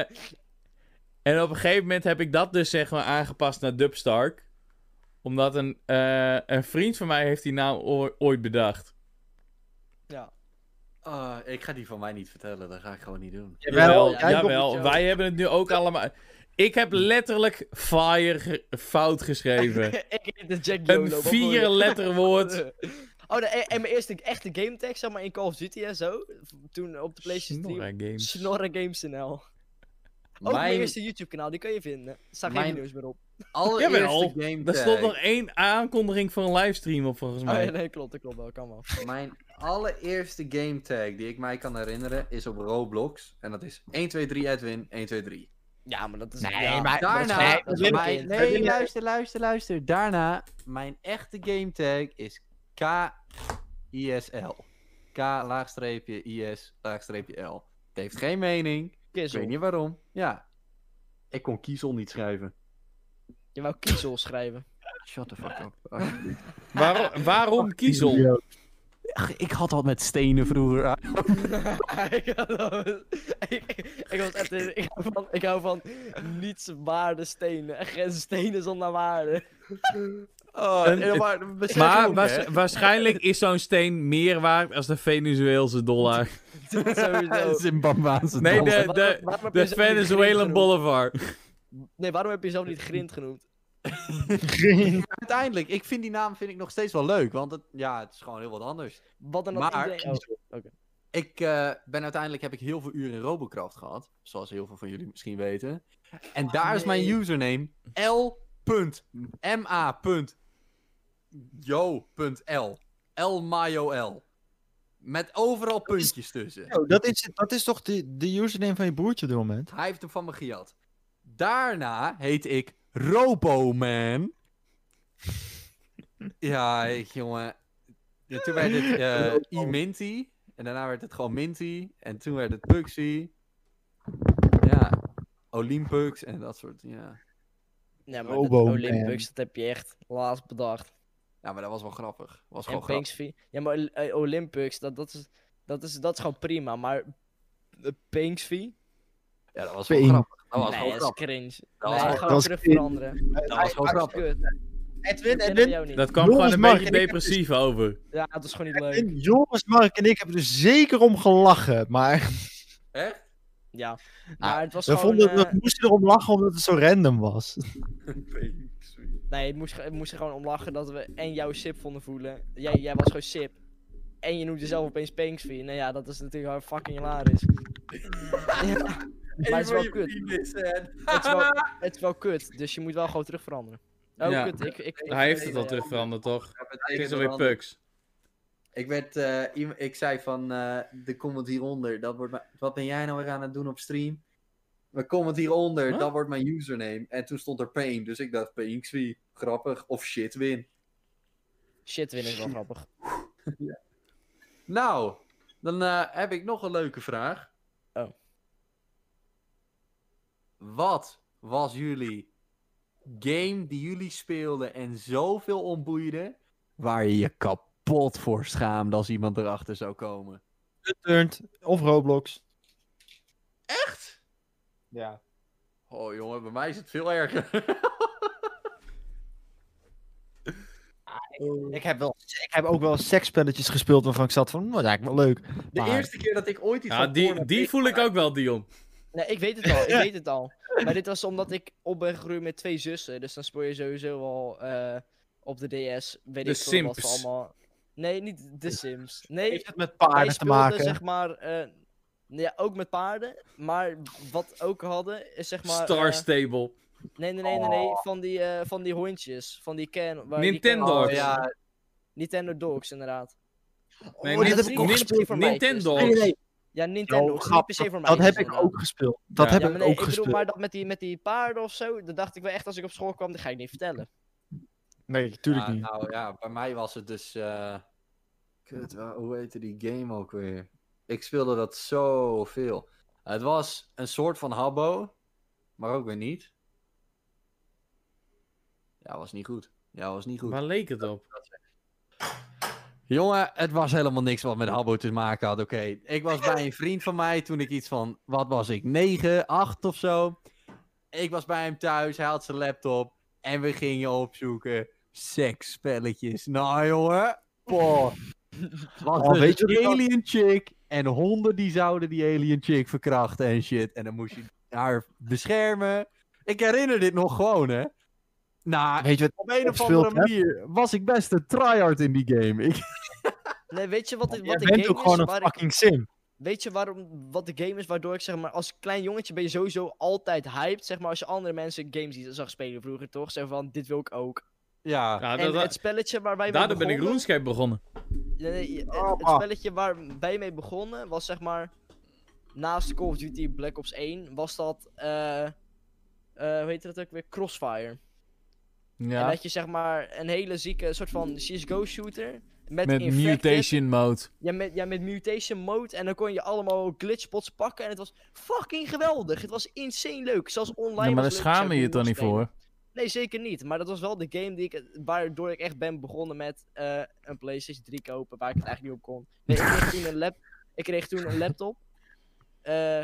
C: en op een gegeven moment heb ik dat dus zeg maar aangepast naar Dubstark. Omdat een, eh, een vriend van mij heeft die naam oor- ooit bedacht.
A: Ja.
D: Ah, ik ga die van mij niet vertellen, dat ga ik gewoon niet doen.
C: Jawel,
A: ja,
B: jij
C: jawel.
A: komt-
C: Wij hebben het nu ook allemaal... Ik heb letterlijk fire ge- fout geschreven.
A: ik heet de Jack YOLO.
C: Een
A: wat wil je?
C: vier letterwoord.
A: Oh, de, en en mijn eerste echte game tag, zeg maar, in Call of Duty en zo. Toen op de PlayStation drie.
C: Snorra Games.
A: Snorra Games N L. Ook mijn,
D: Mijn
A: eerste YouTube kanaal, die kan je vinden. Er staan geen
D: Mijn-
A: video's meer op.
D: allereerste
C: Jawel,
D: game
C: Er stond
D: tag.
C: nog één aankondiging voor een livestream op volgens
A: Oh,
C: mij.
A: ja, nee, klopt, dat klopt wel, kan wel.
D: Mijn allereerste game tag die ik mij kan herinneren is op Roblox. En dat is een twee drie Edwin een twee drie.
A: Ja, maar dat is...
F: Nee,
A: ja,
F: maar
A: dat is
D: Daarna,
A: gewoon- dat is gewoon
D: mijn,
A: kind.
D: nee, luister, luister, luister. Daarna, mijn echte game tag is K I S L. K laagstreepje I S laagstreepje L. Het heeft geen mening. Ik
A: Kiezel.
D: weet niet waarom. Ja. Ik kon kiezel niet schrijven.
A: Je wou kiezel schrijven.
D: Shut the fuck up. alsjeblieft.
C: Waarom, waarom kiezel?
F: Ach, ik had dat met stenen vroeger.
A: ik, had- ik, ik was echt... Ik hou van, ik hou van niets waarde stenen. Echt geen stenen zonder waarde.
D: Oh,
C: Een-
D: en maar, besef
C: Maar
D: ook,
C: waars-
D: hè.
C: waarschijnlijk is zo'n steen meer waard als de Venezueelse dollar.
A: Sowieso.
F: Zimbabweanse
C: Nee,
F: dollar.
C: de,
A: Waarom-
C: de,
A: waarom heb je
C: de
A: zelf niet grind
C: Venezuelan
A: genoemd?
C: Boulevard.
A: Nee, waarom heb je zelf niet grind genoemd?
D: Uiteindelijk, ik vind die naam vind ik nog steeds wel leuk. Want het, ja, het is gewoon heel wat anders.
A: Wat dan dat
D: Maar-
A: iedereen... Oh, oké.
D: Ik eh, ben uiteindelijk heb ik heel veel uren in Robocraft gehad. Zoals heel veel van jullie misschien weten. En daar is mijn
A: nee.
D: username L M A Jo.L. L Mayo L. Met overal puntjes tussen.
B: Yo, dat, is, dat is toch de, de username van je broertje op dit moment?
D: Hij heeft hem van me gejat. Daarna heet ik Roboman. Ja, ik, jongen. Ja, toen werd het eh E-Minty. En daarna werd het gewoon Minty. En toen werd het Puxy. Ja, Olympux en dat soort, ja.
A: Ja, maar
B: Robo
A: dat
B: Man.
A: Olympus, dat heb je echt laatst bedacht.
D: Ja, maar dat was wel grappig. Was
A: En
D: gewoon grappig.
A: Pinksy. Ja, maar eh, Olympus, dat, dat, is, dat, is, dat is gewoon prima. Maar uh, Pinksy?
D: Ja, dat was wel
B: Ping.
D: grappig. Dat was
A: Nee,
D: wel
A: dat is
D: grappig.
A: cringe.
D: Dat
A: nee,
D: was wel-
A: gewoon
B: dat was
A: terug
B: cringe.
A: veranderen.
D: Dat was gewoon
A: Dat is
D: grappig.
A: kut.
B: Edwin,
A: Dat kennen
B: Edwin,
A: we jou niet.
C: Dat kwam
B: Joris,
C: gewoon een
B: Mark
C: beetje
B: en ik hebben
C: depressief over.
A: Ja, dat is gewoon niet leuk.
B: En Joris, Mark en ik hebben er zeker om gelachen. Maar
D: Echt?
A: Ja. Maar het was
B: we,
A: gewoon...
B: vonden,
A: eh,
B: we moesten erom lachen omdat het zo random was.
A: Nee, het moest, het moest er gewoon om lachen dat we en jouw sip vonden voelen. Jij, jij was gewoon sip. En je noemt jezelf opeens Pinksy. Nou ja, dat is natuurlijk wel fucking hilarisch. Ja, maar het is wel kut. Het is wel, het is wel kut, dus je moet wel gewoon terug veranderen. Oh,
C: Ja.
A: kut. Ik, ik, ik,
C: Hij heeft het al
D: Ja.
C: terug veranderd, toch?
D: Ja,
C: Het
D: betekent
C: is alweer
D: veranderd.
C: Pugs.
D: Ik werd, eh, iem- ik zei van, eh, de comment hieronder, dat wordt mijn- wat ben jij nou weer aan het doen op stream? Mijn comment hieronder,
C: Huh?
D: dat wordt mijn username. En toen stond er Pain, dus ik dacht Painxy, grappig, of Shitwin.
A: Shit, win is wel grappig.
D: Nou, dan eh, heb ik nog een leuke vraag.
A: Oh.
D: Wat was jullie game die jullie speelden en zoveel ontboeide, waar je je kapot voor schaamde als iemand erachter zou komen?
B: Unturned of Roblox.
D: Echt?
B: Ja.
D: Oh jongen, bij mij is het veel erger.
B: Ik heb, wel, ik heb ook wel seksspelletjes gespeeld waarvan ik zat van, "Hm, dat is eigenlijk wel leuk."
D: De
B: Maar-
D: eerste keer dat ik ooit iets
C: Ja,
D: van
C: die,
D: porno
C: die
D: keek,
C: voel ik ook wel, Dion.
A: Nee, ik weet het al, ik weet het al. Maar dit was omdat ik op ben gegroeid met twee zussen. Dus dan speel je sowieso al eh, op de D S. Weet
C: De
A: ik veel wat
C: Sims.
A: voor allemaal. Nee, niet de Sims. Nee,
B: Heeft het met
A: wij
B: paarden te
A: speelden
B: maken?
A: zeg maar. eh, ja, ook met paarden. Maar wat we ook hadden is zeg maar.
C: Star
A: eh,
C: Stable.
A: nee, nee, nee, nee, nee. Van die, eh, van die hondjes. Van die can. waar die
C: Nintendo.
A: can-
D: Oh, ja,
A: Nintendo Dogs, inderdaad.
C: Nee,
B: Oh,
C: Nin-
B: dat heb ik ook
C: Nin-
B: gespeeld.
A: voor mij,
C: Nintendo.
B: Nee, nee,
A: Ja, Nintendo.
B: Oh,
A: Dogs,
B: grap,
A: niet per se voor mij.
B: dat heb
A: dus
B: ik
A: inderdaad.
B: ook gespeeld. Dat
C: Ja.
B: heb
A: Ja,
B: ik
A: maar nee,
B: ook
A: ik bedoel,
B: gespeeld.
A: maar dat met die, met die paarden of zo, dat dacht ik wel echt als ik op school kwam, dat ga ik niet vertellen.
B: Nee, tuurlijk
D: ja,
B: niet.
D: nou ja, bij mij was het dus. eh, Kut, wa- hoe heette die game ook weer? Ik speelde dat zoveel. Het was een soort van habbo, maar ook weer niet. Ja, was niet goed. Ja, was niet goed.
C: Waar leek het op?
D: Jongen, het was helemaal niks wat met habbo te maken had, oké. Ik was bij een vriend van mij toen ik iets van, wat was ik, negen, acht of zo. Ik was bij hem thuis, hij had zijn laptop en we gingen opzoeken seksspelletjes. Nou jongen, poh. Was
B: Oh,
D: dus
B: weet je
D: een
B: wat ik al-
D: alien chick en honden die zouden die alien chick verkrachten en shit. En dan moest je haar beschermen. Ik herinner dit nog gewoon, hè. Nou,
B: Weet je wat
D: op een of
B: gespeeld
D: andere manier was ik best een tryhard in die game. Ik,
A: Nee, weet je wat, dit-
B: Jij
A: wat de
B: bent
A: game
B: ook gewoon
A: is?
B: een
A: Waar ik,
B: fucking sim.
A: weet je waarom, wat de game is waardoor ik zeg maar, als klein jongetje ben je sowieso altijd hyped, zeg maar, als je andere mensen games die zag spelen vroeger, toch? Zeg van, dit wil ik ook.
D: ja,
C: Ja,
A: En
C: dat- dat-
A: het spelletje waar wij mee
C: daardoor ben ik
A: begonnen...
C: RuneScape begonnen.
A: Nee, nee, eh,
B: Oh,
A: het
B: ah.
A: spelletje waar wij mee begonnen was zeg maar, naast Call of Duty Black Ops één, was dat, eh, eh, hoe heet dat ook weer? Crossfire. En
C: Ja.
A: dat je zeg maar een hele zieke soort van C S G O shooter met,
C: Met
A: infected,
C: mutation mode.
A: Ja met, ja, met mutation mode. En dan kon je allemaal glitchspots pakken. En het was fucking geweldig. Het was insane leuk. Zelfs online.
C: Ja, maar
A: was
C: daar
A: leuk.
C: schaam
A: Zou
C: je je
A: ik
C: toch
A: nog
C: niet
A: spelen.
C: voor?
A: Nee, zeker niet. Maar dat was wel de game die ik, waardoor ik echt ben begonnen met eh, een PlayStation drie kopen. Waar ik het eigenlijk niet op kon. Nee, ik kreeg toen een, lap, ik kreeg toen een laptop. Eh,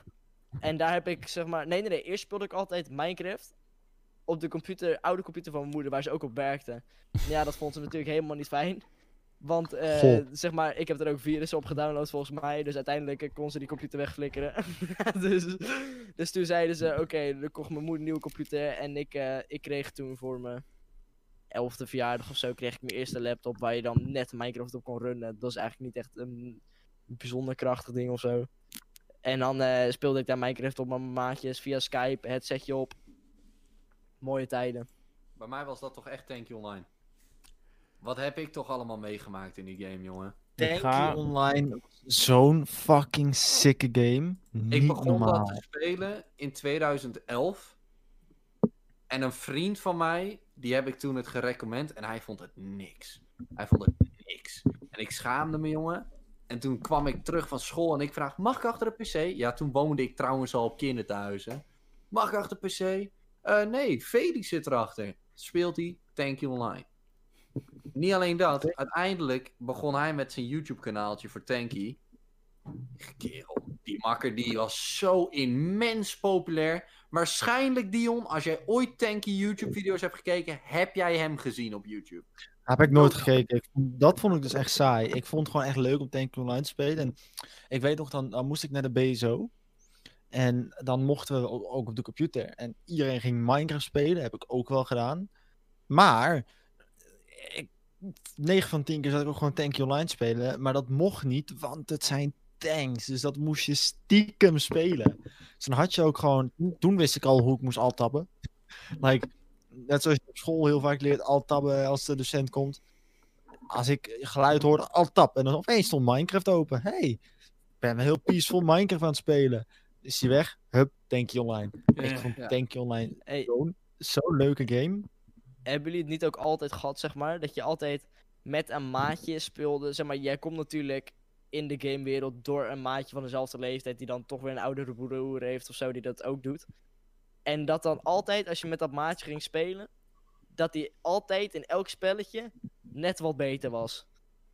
A: en daar heb ik zeg maar. Nee, nee, nee. Eerst speelde ik altijd Minecraft. Op de computer, oude computer van mijn moeder, waar ze ook op werkte. Ja, dat vond ze natuurlijk helemaal niet fijn. Want, eh,
B: Goh.
A: zeg maar, ik heb er ook virussen op gedownload volgens mij. Dus uiteindelijk eh, kon ze die computer wegflikkeren. dus, dus toen zeiden ze, oké, dan kocht mijn moeder een nieuwe computer. En ik, eh, ik kreeg toen voor mijn elfde verjaardag of zo, kreeg ik mijn eerste laptop waar je dan net Minecraft op kon runnen. Dat is eigenlijk niet echt een bijzonder krachtig ding of zo. En dan eh, speelde ik daar Minecraft op met mijn maatjes via Skype, headsetje op. Mooie tijden.
D: bij mij was dat toch echt Tanky Online. Wat heb ik toch allemaal meegemaakt in die game, jongen?
B: Tanky
C: ga-
B: Online, zo'n fucking sicke game. Niet
D: Ik begon
B: normaal.
D: dat te spelen in tweeduizend elf. En een vriend van mij, die heb ik toen het gerecommend en hij vond het niks. Hij vond het niks. En ik schaamde me, jongen. En toen kwam ik terug van school en ik vraag, mag ik achter de pc? Ja, toen woonde ik trouwens al op kinderthuizen. Mag ik achter de pc? Eh, nee, Felix zit erachter. Speelt hij Tanky Online. Niet alleen dat, uiteindelijk begon hij met zijn YouTube kanaaltje voor Tanky. Kerel, die makker die was zo immens populair. Waarschijnlijk, Dion, als jij ooit Tanky YouTube video's hebt gekeken, heb jij hem gezien op YouTube.
B: Heb ik nooit gekeken. Ik vond- dat vond ik dus echt saai. Ik vond het gewoon echt leuk om Tanky Online te spelen. En ik weet nog, dan, dan moest ik naar de B S O. En dan mochten we o- ook op de computer. En iedereen ging Minecraft spelen. Heb ik ook wel gedaan. Maar ik, negen van tien keer zat ik ook gewoon Tanky Online spelen. Maar dat mocht niet, want het zijn tanks. Dus dat moest je stiekem spelen. Dus dan had je ook gewoon... Toen wist ik al hoe ik moest alt-tabben. Like, net zoals je op school heel vaak leert alt-tabben als de docent komt. Als ik geluid hoorde, alt-tab. En dan opeens stond Minecraft open. Hey, ik ben heel peaceful Minecraft aan het spelen. Is die weg? Hup, Tanky Online. Echt gewoon
D: Ja.
B: Tanky Online.
A: Hey,
B: Zo'n zo'n leuke game.
A: hebben jullie het niet ook altijd gehad, zeg maar? Dat je altijd met een maatje speelde. Zeg maar, jij komt natuurlijk in de gamewereld door een maatje van dezelfde leeftijd. Die dan toch weer een oudere broer heeft of zo, die dat ook doet. En dat dan altijd, als je met dat maatje ging spelen. Dat die altijd in elk spelletje net wat beter was.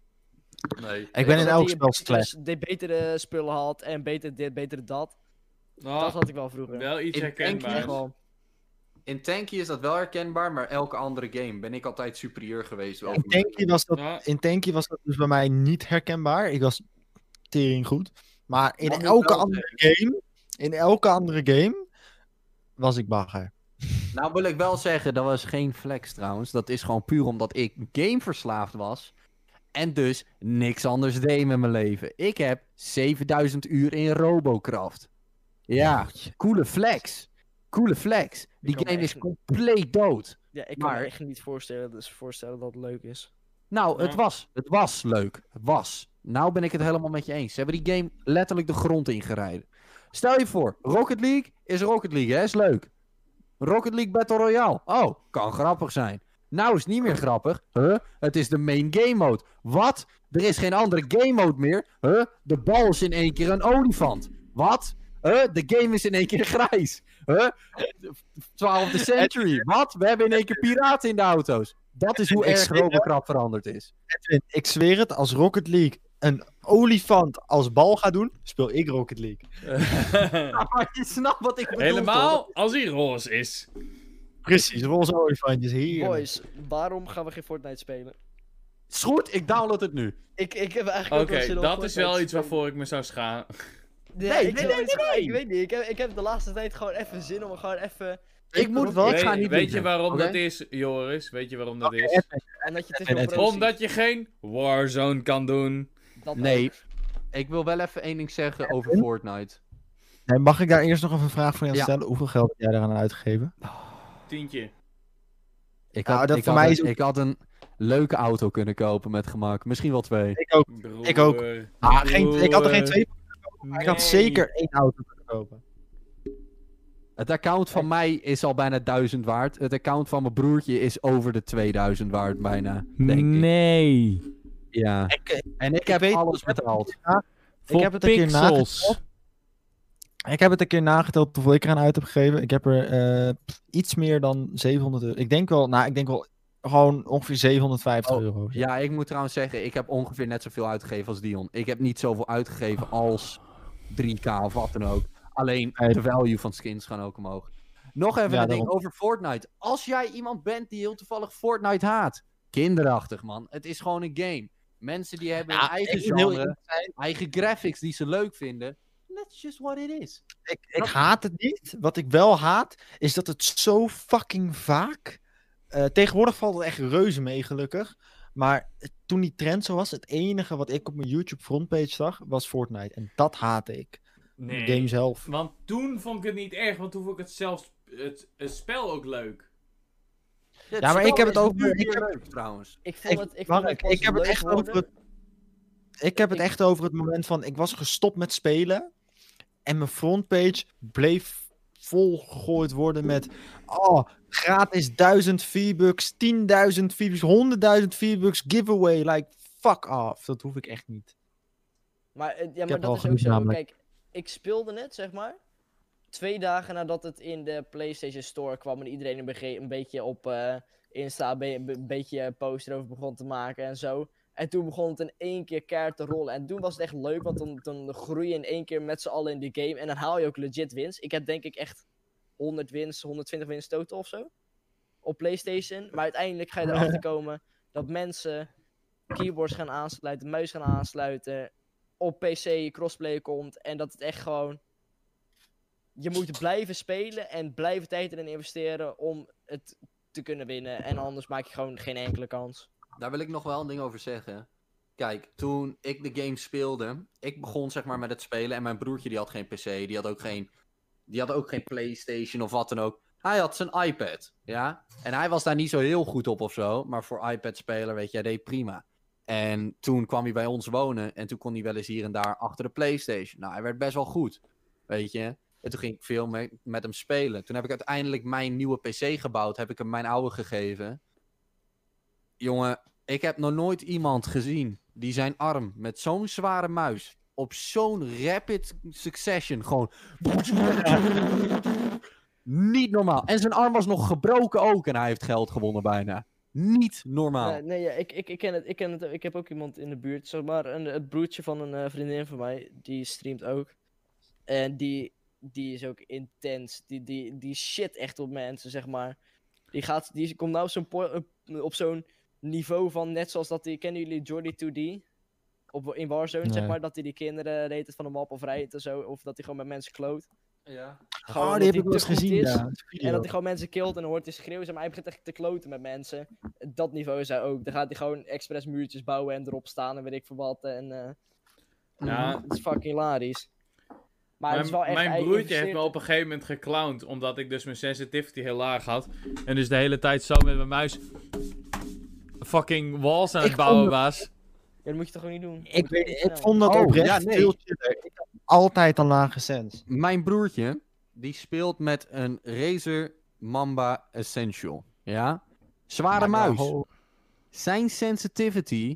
D: Nee.
B: Ik ben in
A: Dat
B: elk
A: die
B: spel
A: betere-
B: slecht.
A: Die betere spullen had en beter dit, beter dat. Dat
C: Nou,
A: had ik wel vroeger.
C: wel iets
D: In
C: herkenbaars.
A: Echt wel.
D: In Tanky is dat wel herkenbaar, maar elke andere game ben ik altijd superieur geweest.
B: In
D: over
B: Tanky was dat,
C: Ja.
B: in Tanky was dat dus bij mij niet herkenbaar. Ik was tering goed. Maar in
D: Dat moet
B: elke
D: wel
B: andere game, in elke andere game, was ik bagger.
F: Nou wil ik wel zeggen, dat was geen flex trouwens. Dat is gewoon puur omdat ik gameverslaafd was. En dus niks anders deed met mijn leven. Ik heb zevenduizend uur in Robocraft. Ja, coole flex. Coole flex. Die
A: kan me
F: game is
A: echt-
F: compleet dood.
A: Ja, ik kan
F: Maar-
A: me echt niet voorstellen, dus voorstellen dat het leuk is.
F: Nou, het
C: Ja.
F: was. Het was leuk. Het was. Nou ben ik het helemaal met je eens. Ze hebben die game letterlijk de grond ingereden. Stel je voor, Rocket League is Rocket League, hè? Is leuk. Rocket League Battle Royale. Oh, kan grappig zijn. Nou is het niet meer grappig. Huh? Het is de main game mode. Wat? Er is geen andere game mode meer. Huh? De bal is in één keer een olifant. Wat? Huh? De game is in één keer grijs. Huh? twaalfde century. Wat? We hebben in één keer piraten in de auto's. Dat is hoe
B: Ik
F: erg
B: zweer het.
F: Robocraft veranderd is.
B: Edwin, ik zweer het, als Rocket League een olifant als bal gaat doen, speel ik Rocket League.
F: Ja, maar je snapt wat ik bedoel, toch?
C: Helemaal als hij roze is.
B: Precies, roze olifantjes, hier.
A: Boys, waarom gaan we geen Fortnite spelen?
F: Is goed, ik download het nu.
A: Ik, ik heb eigenlijk
C: Oké,
A: ook wel zin om
C: dat is
A: Fortnite
C: wel
A: te
C: iets
A: spelen.
C: waarvoor ik me zou schamen.
A: Nee,
F: Nee,
A: ik,
F: nee,
A: zou
F: nee,
A: iets-
F: nee, nee.
A: ik weet niet, ik heb, ik heb de laatste tijd gewoon even zin om gewoon even...
F: Ik moet wel, ik
C: weet
F: ga niet
C: weet
F: doen.
C: je waarom
F: Oké?
C: dat is, Joris? Weet je waarom dat
B: Oké,
C: is?
B: Edwin,
A: Omdat je te
B: En
A: veel
B: het-
A: pro ziet.
C: Omdat je geen Warzone kan doen.
A: Dat
F: Nee.
A: ook.
F: Ik wil wel even één ding zeggen over Fortnite.
B: nee, mag ik daar eerst nog even een vraag voor jou
F: Ja.
B: stellen? Hoeveel geld heb jij eraan uitgegeven?
C: Tientje.
F: Ik
B: Nou,
F: had,
B: dat
F: ik,
B: voor
F: had
B: mij
F: een,
B: is ook-
F: ik had een leuke auto kunnen kopen met gemak. Misschien wel twee.
B: Ik ook.
C: Broer.
B: Ik ook. Ah, geen, ik had er geen twee, maar ik had
C: Nee.
B: zeker één auto kunnen kopen.
F: Het account van mij is al bijna duizend waard. Het account van mijn broertje is over de tweeduizend waard bijna, denk ik.
G: Nee.
F: Ja.
B: Ik,
F: En ik heb
B: weet-
F: alles
B: ik heb-
F: betaald.
G: Voor
B: heb het een keer
G: pixels.
B: ik heb het een keer nageteld hoeveel ik eraan uit heb gegeven. Ik heb er eh, pff, iets meer dan zevenhonderd euro. Ik denk wel, nou, ik denk wel gewoon ongeveer zevenhonderdvijftig
F: Oh,
B: euro.
F: Ja, ik moet trouwens zeggen, ik heb ongeveer net zoveel uitgegeven als Dion. Ik heb niet zoveel uitgegeven als drie k of wat dan ook. Alleen de value van skins gaan ook omhoog. Nog even
B: Ja,
F: een ding
B: daarom.
F: over Fortnite. Als jij iemand bent die heel toevallig Fortnite haat. Kinderachtig, man. Het is gewoon een game. Mensen die hebben hun
B: Ja,
F: eigen
B: ik moet heel
F: genre,
B: eerlijk zijn,
F: eigen graphics die ze leuk vinden. That's just what it is.
B: Ik, ik haat het niet. Wat ik wel haat, is dat het zo fucking vaak... eh, tegenwoordig valt het echt reuze mee, gelukkig. Maar het- toen die trend zo was, het enige wat ik op mijn YouTube frontpage zag, was Fortnite. En dat haatte ik.
C: Nee.
B: De game zelf.
C: Want toen vond ik het niet erg, want toen vond ik het zelfs het, het spel ook leuk.
F: Het
B: Ja, maar
F: spel
B: ik heb het
F: is
B: over-
F: nu
B: ik
F: weer
B: heb-
F: leuk, trouwens.
A: Ik vond
B: Ik,
A: het, ik vond
B: Mark,
A: het, pas
B: ik heb het
A: leuk
B: echt
A: worden.
B: over het... Ik heb het
A: Ik-
B: echt over het moment van, ik was gestopt met spelen. En mijn frontpage bleef volgegooid worden met... Oh, gratis duizend V-Bucks, tienduizend V-Bucks, honderdduizend V-Bucks, giveaway. Like, fuck off. Dat hoef ik echt niet.
A: Maar, eh, ja,
B: heb
A: maar
B: er
A: dat
B: al
A: is ook
B: genoeg
A: zo.
B: namelijk.
A: Kijk, ik speelde het, zeg maar. Twee dagen nadat het in de PlayStation Store kwam en iedereen een, bege- een beetje op eh, Insta een, be- een beetje post erover begon te maken en zo. En toen begon het in één keer keihard te rollen. En toen was het echt leuk, want dan, dan groei je in één keer met z'n allen in die game. En dan haal je ook legit wins. Ik heb denk ik echt honderd wins, honderdtwintig wins totaal of zo. Op PlayStation. Maar uiteindelijk ga je erachter komen dat mensen keyboards gaan aansluiten, muis gaan aansluiten. Op P C crossplay komt. En dat het echt gewoon... Je moet blijven spelen en blijven tijd erin investeren om het te kunnen winnen. En anders maak je gewoon geen enkele kans.
F: Daar wil ik nog wel een ding over zeggen. Kijk, toen ik de game speelde, ik begon zeg maar met het spelen en mijn broertje die had geen P C, die had ook geen, die had ook geen PlayStation of wat dan ook. Hij had zijn iPad, ja. En hij was daar niet zo heel goed op of zo, maar voor iPad-speler, weet je, hij deed prima. En toen kwam hij bij ons wonen en toen kon hij wel eens hier en daar achter de PlayStation. Nou, hij werd best wel goed, weet je. En toen ging ik veel mee, met hem spelen. Toen heb ik uiteindelijk mijn nieuwe P C gebouwd, heb ik hem mijn oude gegeven. Jongen, ik heb nog nooit iemand gezien die zijn arm met zo'n zware muis op zo'n rapid succession gewoon... Niet normaal. En zijn arm was nog gebroken ook en hij heeft geld gewonnen bijna. Niet normaal.
A: Nee, nee ja, ik, ik, ik ken het. Ik, ken het. Ik heb ook iemand in de buurt. Zeg maar, een, het broertje van een eh, vriendin van mij. Die streamt ook. En die, die is ook intens. Die, die, die shit echt op mensen, zeg maar. Die, gaat, die komt nou op zo'n, po- op zo'n niveau van, net zoals dat die... Kennen jullie Jordy twee D? Op, in Warzone,
B: Nee.
A: zeg maar. Dat hij die kinderen reed het van de map of rijdt en zo. Of dat hij gewoon met mensen kloot.
F: Ja.
A: Gewoon
B: Oh,
A: omdat
B: die heb
A: hij
B: ik wel eens
A: te goed
B: gezien,
A: is.
B: ja.
A: En dat hij gewoon mensen killt en dan hoort hij schreeuwen. Maar hij begint echt te kloten met mensen. Dat niveau is hij ook. Dan gaat hij gewoon expres muurtjes bouwen en erop staan en weet ik veel wat. En eh
C: Ja,
A: het is fucking hilarisch. Maar het is wel
C: mijn,
A: echt...
C: mijn
A: hij
C: broertje heeft
A: investeert-
C: me op een gegeven moment geclowned, omdat ik dus mijn sensitivity heel laag had. En dus de hele tijd zo met mijn muis fucking walls aan het
B: Ik
C: bouwen
B: vond
C: was.
A: Ja, dat moet je toch gewoon niet doen?
B: Ik,
A: Dat moet
B: weet,
A: niet
B: ik
A: snel.
B: vond dat
F: Oh,
B: oprecht
F: ja, nee.
B: veel chiller. Ik had altijd een lage sens.
F: Mijn broertje, die speelt met een Razer Mamba Essential. Ja? Zware muis. Zijn sensitivity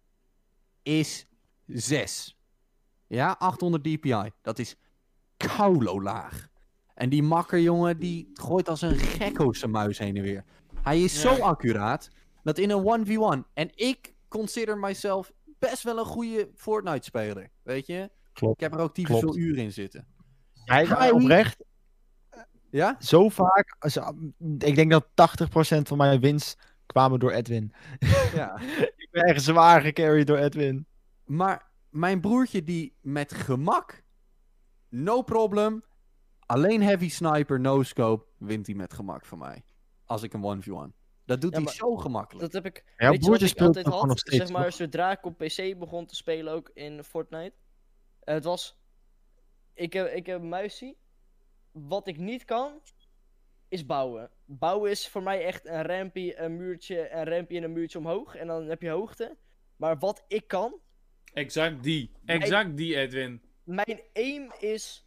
F: is zes. Ja, achthonderd dpi. Dat is koulo laag. En die makker, jongen, die gooit als een gekko zijn muis heen en weer. Hij is
C: Ja.
F: zo accuraat, dat in een one v one... En ik consider myself best wel een goede Fortnite-speler, weet je?
B: Klopt.
F: Ik heb er ook typisch
B: Klopt.
F: veel uren in zitten.
B: Hij
F: Hij-
B: oprecht
F: Ja?
B: zo vaak. als- Ik denk dat tachtig procent van mijn winst kwamen door Edwin.
F: Ja.
B: Ik ben echt zwaar gecarried door Edwin.
F: Maar mijn broertje die met gemak, no problem, alleen heavy sniper, no scope, wint hij met gemak van mij. Als ik een one v one. Dat doet
A: Ja,
F: hij
A: maar-
F: zo gemakkelijk.
A: Dat heb ik...
B: Ja,
A: weet je wat
B: broertje
A: ik
B: speelt
A: altijd
B: ook gewoon
A: had?
B: nog steeds.
A: Zeg maar,
B: toch?
A: zodra ik op P C begon te spelen ook in Fortnite. eh, het was... Ik heb, ik heb een muisie. Wat ik niet kan, is bouwen. Bouwen is voor mij echt een rampje, een muurtje, een rampje en een muurtje omhoog. En dan heb je hoogte. Maar wat ik kan,
C: Exact die. Exact die, Edwin.
A: mijn aim is...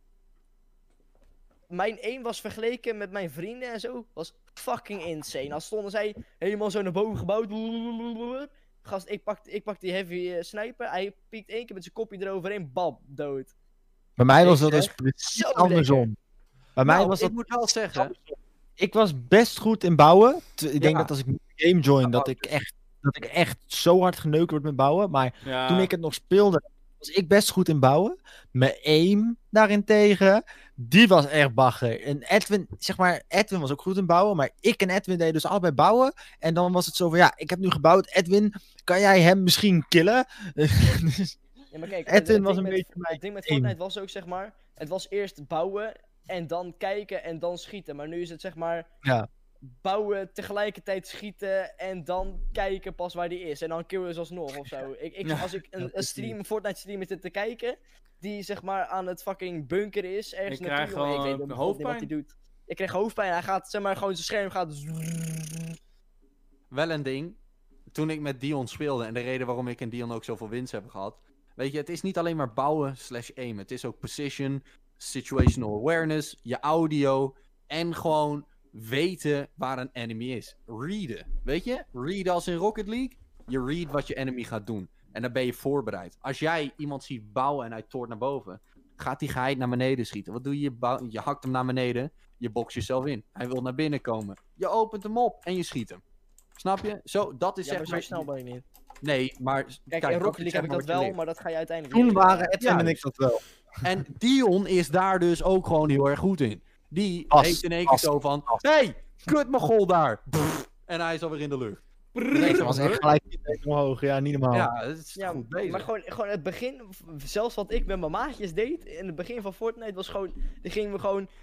A: Mijn aim was vergeleken met mijn vrienden en zo, was fucking insane. Als stonden zij helemaal zo naar boven gebouwd. Gast, ik pak, ik pak die heavy eh, sniper. Hij piekt één keer met zijn kopje eroverheen. Bam, dood.
B: Bij mij was
A: Ik
B: dat dus
A: zeg,
B: precies
A: zo
B: andersom. Bij mij
F: Nou,
B: was
F: ik
B: dat...
F: moet wel zeggen,
B: Ik was best goed in bouwen. T- Ik denk
F: Ja.
B: dat als ik de game join, dat ik echt, dat ik echt zo hard geneukt word met bouwen. Maar
C: Ja.
B: toen ik het nog speelde, was ik best goed in bouwen. Mijn aim daarentegen, die was echt bagger. En Edwin, zeg maar, Edwin was ook goed in bouwen. Maar ik en Edwin deden dus allebei bouwen. En dan was het zo van, ja, ik heb nu gebouwd. Edwin, kan jij hem misschien killen? Dus
A: Ja, maar kijk,
B: Edwin
A: het
B: was
A: ding
B: een
A: met-
B: beetje mijn
A: Het ding met
B: aim.
A: Fortnite was ook, zeg maar, het was eerst bouwen en dan kijken en dan schieten. Maar nu is het, zeg maar,
B: Ja.
A: bouwen, tegelijkertijd schieten en dan kijken pas waar die is. En dan killen ze alsnog of zo. Ik, ik,
C: Ja,
A: als ik een, een
B: precies.
A: stream, een Fortnite streamer zit te kijken, die zeg maar aan het fucking bunker is, ergens
C: Ik
A: naartoe,
C: krijg
A: jongen, ik
C: gewoon
A: weet ook niet
C: hoofdpijn.
A: wat hij doet. Ik krijg hoofdpijn, hij gaat, zeg maar, gewoon zijn scherm gaat...
F: wel een ding. Toen ik met Dion speelde en de reden waarom ik en Dion ook zoveel winst hebben gehad. Weet je, het is niet alleen maar bouwen slash aim. Het is ook precision, situational awareness, je audio en gewoon weten waar een enemy is. Readen. Weet je? Readen als in Rocket League. Je read wat je enemy gaat doen. En dan ben je voorbereid. Als jij iemand ziet bouwen en hij toort naar boven, gaat die geheid naar beneden schieten. Wat doe je? Je, bouw- je hakt hem naar beneden. Je boxt jezelf in. Hij wil naar binnen komen. Je opent hem op en je schiet hem. Snap je? Zo, dat is
A: Ja,
F: zeg
A: maar zo
F: maar...
A: snel ben je niet.
F: Nee, maar...
A: Kijk,
F: kijk,
A: in
F: dat
A: Rocket
F: is
A: League heb
F: zeg
A: ik
F: maar
A: dat
F: wat je
A: wel,
F: leert.
A: maar dat ga je uiteindelijk
B: Toen
A: leren.
B: waren Edwin
F: Ja,
B: en
F: dus-
B: ik dat wel.
F: En Dion is daar dus ook gewoon heel erg goed in. Die
B: Pas,
F: heeft in één keer
B: pas,
F: zo van...
B: pas.
F: Hey, kut mijn goal daar! Pff, en hij is alweer in de lucht.
B: Dat was echt gelijk tien meter omhoog. Ja, niet normaal.
F: Ja, dat is
A: Ja,
F: goed bezig.
A: maar gewoon, gewoon het begin, v- zelfs wat ik met mijn maatjes deed, in het begin van Fortnite was gewoon, die gingen we gewoon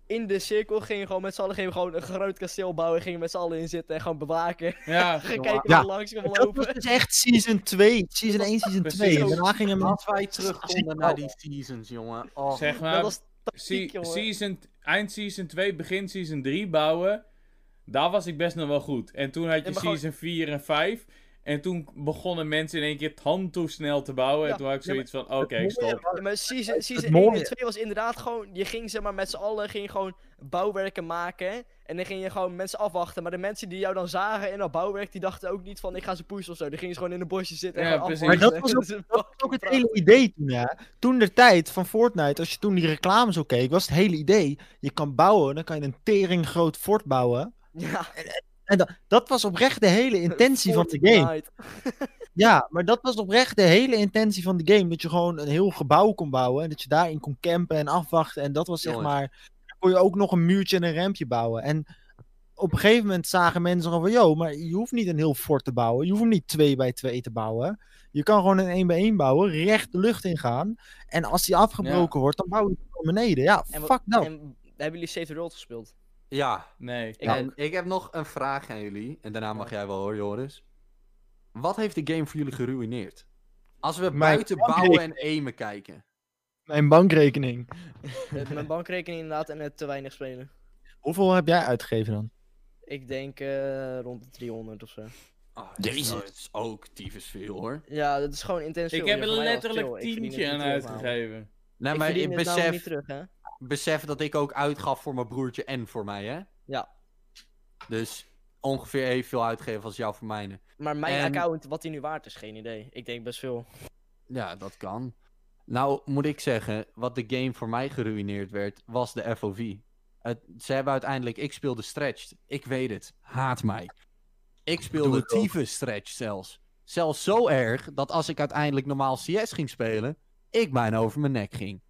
A: in de cirkel gingen gewoon met z'n allen gingen we gewoon een groot kasteel bouwen. Gingen met z'n allen in zitten en gewoon bewaken.
C: Ja,
A: Gaan
F: jongen.
A: kijken
B: Ja.
A: wie er langs kwam
B: Dat was
A: lopen.
B: dus echt season twee. Season één, season
C: Precies.
B: twee. En daarna gingen we...
F: Als wij terug konden naar die seasons, jongen. Oh.
C: zeg
A: Dat
C: maar,
A: was tactiek,
C: se-
A: jongen.
C: season, eind season twee, begin season drie bouwen, daar was ik best nog wel goed. En toen had je
A: Ja, maar gewoon-
C: season vier en vijf. En toen begonnen mensen in één keer tandtoesnel te bouwen.
A: Ja,
C: En toen had ik
A: ja,
C: zoiets van, oké,
B: Het mooie
C: stop.
A: Ja, maar season,
B: Het
A: season
B: mooie-
A: één en twee was inderdaad gewoon, je ging zeg maar met z'n allen ging je gewoon bouwwerken maken. En dan ging je gewoon mensen afwachten. Maar de mensen die jou dan zagen in dat bouwwerk, die dachten ook niet van ik ga ze pushen of zo. Die gingen ze gewoon in een bosje zitten en
C: Ja,
A: gewoon
C: precies.
A: afwachten.
B: Maar dat was ook-
A: Dat is
B: Dat was ook
A: fucking
B: het hele
A: prachtig.
B: idee toen, ja. Toen de tijd van Fortnite, als je toen die reclames ook keek, was het hele idee. Je kan bouwen, dan kan je een tering groot fort bouwen.
A: Ja,
B: En dat, dat was oprecht de hele intentie van de game.
A: Fortnite.
B: Ja, maar dat was oprecht de hele intentie van de game. Dat je gewoon een heel gebouw kon bouwen. En dat je daarin kon campen en afwachten. En dat was zeg
F: Jongens.
B: maar... Dan kon je ook nog een muurtje en een rampje bouwen. En op een gegeven moment zagen mensen gewoon van... Yo, maar je hoeft niet een heel fort te bouwen. Je hoeft hem niet twee bij twee te bouwen. Je kan gewoon een één bij één bouwen. Recht de lucht ingaan. En als die afgebroken wordt, dan bouw je het naar beneden. Ja,
A: En,
B: fuck
A: wat-
B: dat.
A: en hebben jullie Save the World gespeeld?
F: Ja,
C: Nee.
A: Ik
F: en
A: ook.
F: ik heb nog een vraag aan jullie. En daarna mag jij wel hoor, Joris. Wat heeft de game voor jullie geruïneerd? Als we
B: Mijn
F: buiten
B: bankrekening.
F: bouwen en aimen kijken.
B: Mijn bankrekening.
A: Eh, Mijn bankrekening inderdaad en het te weinig spelen.
B: Hoeveel heb jij uitgegeven dan?
A: Ik denk eh, rond de driehonderd of zo.
F: Oh,
B: Jezus.
F: Dat is ook tyfus veel hoor.
A: Ja, dat is gewoon intens
C: Ik
A: veel.
C: heb
A: Ja,
C: er
A: voor mij was het
C: letterlijk
A: chill. Ik verdien
C: tientje
A: het
C: aan
A: niet terug, man.
C: uitgegeven.
F: Nee,
A: Ik
F: maar
A: verdien
F: ik
A: het namelijk niet
F: besef,
A: terug, hè?
F: besef dat ik ook uitgaf voor mijn broertje en voor mij, hè?
A: Ja.
F: Dus ongeveer evenveel uitgeven als jou voor mijne.
A: Maar mijn
F: En-
A: account, wat die nu waard is, geen idee. Ik denk best veel.
F: Ja, dat kan. Nou, moet ik zeggen, wat de game voor mij geruïneerd werd, was de F O V. Het, ze hebben uiteindelijk, ik speelde stretched. Ik weet het, haat mij. Ik
B: Doe
F: speelde
B: ik ook.
F: tyfus stretched zelfs. Zelfs zo erg, dat als ik uiteindelijk normaal C S ging spelen, ik bijna over mijn nek ging.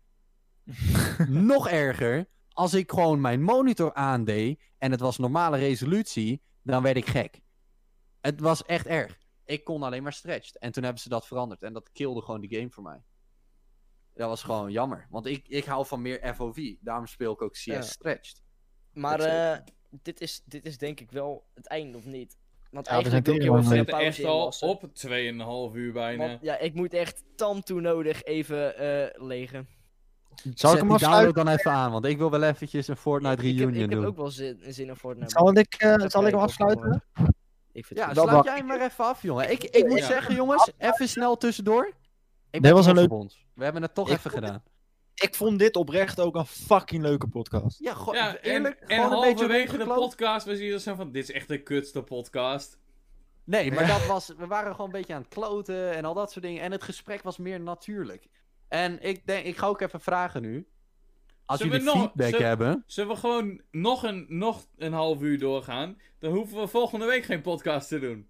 F: Nog erger, als ik gewoon mijn monitor aandeed en het was normale resolutie, dan werd ik gek. Het was echt erg. Ik kon alleen maar stretched. En toen hebben ze dat veranderd. En dat killde gewoon de game voor mij. Dat was gewoon jammer. Want ik, ik hou van meer F O V. Daarom speel ik ook C S
A: Ja.
F: stretched.
A: Maar
F: Dat zeker.
A: eh, dit, is, dit is denk ik wel het einde, of niet? Want
B: Ja, we
A: eigenlijk
B: zijn
A: wil ik
B: tegen
A: heel
C: We
B: lang
A: even
B: mee.
A: een
C: zitten
A: pauze
C: echt al
A: inlassen.
C: op twee komma vijf uur bijna.
A: Want ja, ik moet echt tam toe nodig even eh legen.
B: Zal ik
F: Zet
B: hem
F: die
B: afsluiten?
F: download dan even aan. Want ik wil wel eventjes een Fortnite
A: ik, ik,
F: reunion
A: heb, ik heb
F: doen.
A: ook wel zin, zin in Fortnite.
B: Zal ik, eh,
A: Even
B: zal ik hem
A: kijken of het
B: afsluiten?
A: wel- Ik vind
F: Ja,
A: het
B: wel
F: sluit
B: wacht.
F: jij maar even af, jongen. Ik, ik moet
C: Ja.
F: zeggen, jongens, even snel tussendoor. Ik
B: Dit was een
F: trots
B: leuk-
F: op ons. We hebben het toch
B: Ik
F: even
B: vond
F: gedaan.
B: Ik vond dit oprecht ook een fucking leuke podcast.
F: Ja, gewoon
C: Ja,
F: eerlijk.
C: en, en
F: gewoon een beetje
C: halverwege de
F: rondgekloot.
C: podcast was hier zo van, dit is echt de kutste podcast.
F: Nee, maar dat was, we waren gewoon een beetje aan het kloten en al dat soort dingen. En het gesprek was meer natuurlijk. En ik denk, ik ga ook even vragen nu. Als
C: Zullen we
F: jullie
C: nog-
F: feedback
C: zullen-
F: hebben.
C: Zullen we gewoon nog een, nog een half uur doorgaan? Dan hoeven we volgende week geen podcast te doen.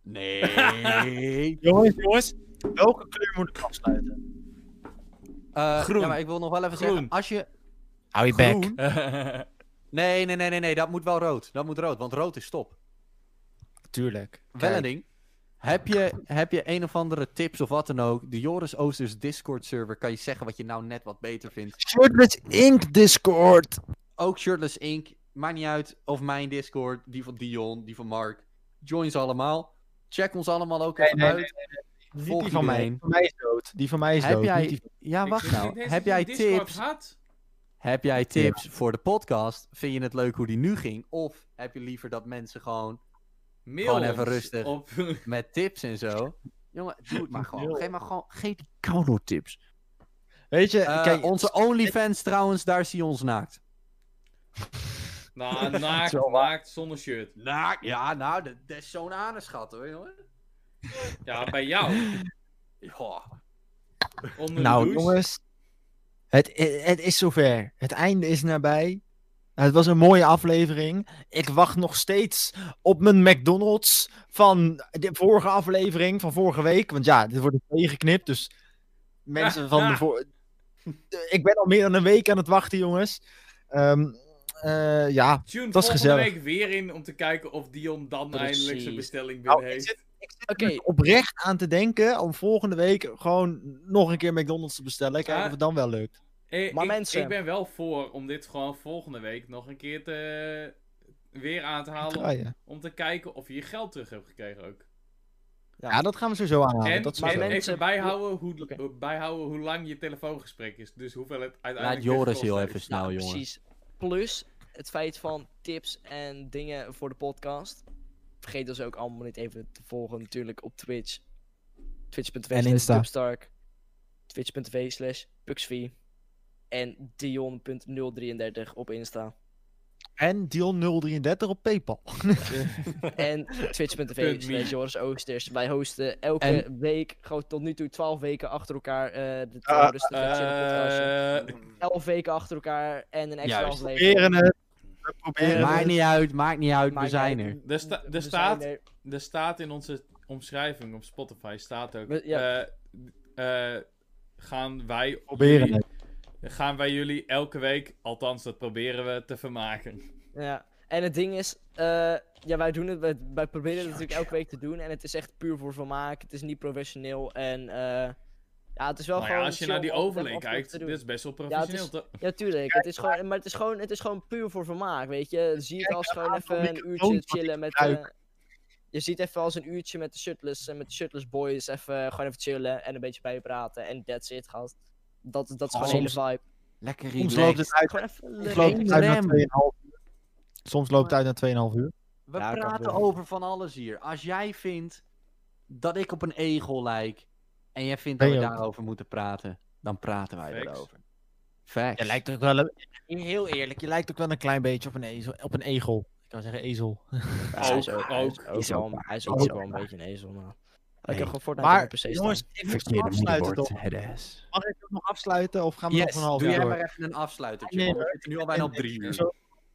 F: Nee.
B: Jongens, jongens, welke kleur moet ik afsluiten?
F: Eh,
C: Groen.
F: Ja, maar ik wil nog wel even
C: Groen.
F: zeggen, als je...
B: Hou je
F: Groen? Nee, nee, nee, nee, nee, dat moet wel rood. Dat moet rood, want rood is stop.
B: Tuurlijk.
F: Wel een ding. Heb je, heb je een of andere tips of wat dan ook? De Joris Oosters Discord server, kan je zeggen wat je nou net wat beter vindt?
B: Shirtless Ink Discord.
F: Ook Shirtless Inc. Maakt niet uit. Of mijn Discord, die van Dion, die van Mark. Join ze allemaal. Check ons allemaal ook even
B: nee,
F: uit.
B: Niet
F: Volg
B: die van mij.
F: iedereen.
B: Die van mij is dood. Die van mij is
F: Heb
B: dood.
F: jij-
B: niet die van-
F: Ja,
C: Ik
F: wacht
C: wist
F: nou.
C: niet eens
F: Heb
C: dat
F: jij
C: je Discord
F: tips?
C: had.
F: Heb jij tips voor de podcast? Vind je het leuk hoe die nu ging? Of heb je liever dat mensen gewoon
C: Mail
F: Gewoon
C: ons
F: even rustig.
C: Op...
F: met tips en zo? Jongen, doe het maar gewoon.
B: Mail.
F: Geef maar gewoon, geef die koude tips.
B: Weet je,
F: Eh,
B: kijk,
F: onze OnlyFans trouwens, daar zie je ons naakt.
C: nou, naakt,
B: Zo waar.
C: naakt, zonder shirt.
F: Naakt? Ja, nou, dat, dat is zo'n anenschat hoor, jongen.
C: Ja, bij jou.
F: Ja.
C: Onder de
B: nou
C: douche.
B: jongens, het, het, het is zover. Het einde is nabij. Het was een mooie aflevering. Ik wacht nog steeds op mijn McDonald's van de vorige aflevering, van vorige week. Want ja, dit wordt een twee geknipt, dus mensen van de voor... Ik ben al meer dan een week aan het wachten, jongens. Ehm, eh, ja,
C: Tune
B: dat is
C: volgende
B: gezellig.
C: week weer in om te kijken of Dion dan
A: Precies.
C: eindelijk zijn bestelling
B: Nou,
C: binnen
B: ik
C: heeft.
B: ik zit
A: Oké.
B: er dus oprecht aan te denken om volgende week gewoon nog een keer McDonald's te bestellen. Kijken
C: Ja.
B: of het dan wel lukt.
C: Eh,
A: Maar
C: ik,
A: mensen-
C: ik ben wel voor om dit gewoon volgende week nog een keer te, weer aan te halen. Om,
B: Draaien.
C: om te kijken of je je geld terug hebt gekregen ook.
B: Ja, dat gaan we sowieso aanhalen.
C: en
B: dat is
A: maar
C: en
B: sowieso.
A: mensen-
C: even bijhouden hoe,
A: Oké.
C: bijhouden hoe lang je telefoongesprek is. Dus hoeveel het
F: Laat
C: uiteindelijk
F: Joris
C: gekost
F: heel
C: heeft.
F: even snel, jongen.
A: Precies. Plus het feit van tips en dingen voor de podcast. Vergeet ons ook allemaal niet even te volgen natuurlijk op Twitch. Twitch punt t v
B: En
A: slash
B: Insta.
A: Dubstark. Twitch punt t v slash Puxv. En Dion punt nul drieëndertig op Insta.
B: En Dion nul drieëndertig op PayPal.
A: En Twitch punt t v
C: Punt me.
A: slash Joris Oosters. Wij hosten elke
F: En-
A: week, gewoon tot nu toe twaalf weken achter elkaar, eh de
B: Ah,
A: uh, rustige chille podcastje.
C: Eh,
A: elf weken achter elkaar en een extra
F: Juist.
B: We
A: aflevering.
B: proberen het. We proberen
A: Eh,
F: Maakt
B: het.
F: niet uit, maakt niet uit, we
A: Maakt
F: zijn
A: niet
F: er.
A: uit.
C: Er sta-
A: We
C: er
A: zijn
C: staat-
A: er.
C: Er staat in onze omschrijving op Spotify, staat ook,
A: We- ja.
C: eh, eh, gaan wij
B: Proberen
C: jullie, gaan wij jullie elke week, althans dat proberen we, te vermaken.
A: Ja, en het ding is, eh, ja, wij doen het, wij, wij proberen het natuurlijk elke week te doen en het is echt puur voor vermaak, het is niet professioneel en eh, ja, het is wel
C: Nou ja,
A: gewoon
C: als je
A: chill
C: naar die
A: om het
C: overlay
A: even af en toe
C: kijkt,
A: te
C: dit
A: doen.
C: is best wel
A: het is-
C: professioneel. toch?
A: Ja, tuurlijk, het is gewoon, maar het is gewoon, het is gewoon puur voor vermaak, weet je, zie het
B: Kijk,
A: als
B: een
A: gewoon
B: aantal
A: even een
B: microfoons
A: uurtje
B: wat ik
A: chillen met,
B: gebruik.
A: eh, je ziet even als een uurtje met de Shirtless en met de Shirtless boys even, gewoon even chillen en een beetje bijpraten en that's it, gast. Dat, dat is gewoon
B: Oh,
A: een hele
B: soms-
A: vibe.
F: Lekker
B: Soms loopt
F: relaxed.
B: het uit,
A: Gewoon even
B: soms
A: leuk.
B: loopt het uit na
F: rem.
B: twee komma vijf uur. Soms loopt het uit na twee komma vijf uur.
F: We
A: Ja, kan
F: praten
A: gebeuren.
F: over van alles hier. Als jij vindt dat ik op een egel lijk en jij vindt dat
B: Ben
F: we
B: je ook.
F: daarover moeten praten, dan praten wij
C: Facts.
F: erover. Facts.
B: Je lijkt ook wel een... Heel eerlijk, je lijkt ook wel een klein beetje op een, ezel, op een egel. Ik kan zeggen ezel.
A: Ja, hij is
C: Ook,
A: ook, hij is
C: ook.
A: ook
F: Is
A: wel,
F: ook
A: hij is
F: waar.
A: ook
F: Is
A: wel
F: ook
A: een
F: waar.
A: beetje een ezel, maar... Ik
F: Hey,
A: heb gewoon Fortnite
B: Maar,
A: op P C staan.
B: jongens, ik moet
F: Verkeerde
B: afsluiten
F: moederbord,
B: toch?
F: headass.
B: Mag ik het nog afsluiten of gaan we nog
F: Yes,
B: een half
F: doe
B: uur
F: jij
B: door?
F: maar even een afsluitertje,
B: Nee,
F: want we
B: hoor.
F: zitten nu al bijna op drie uur.
B: Zo.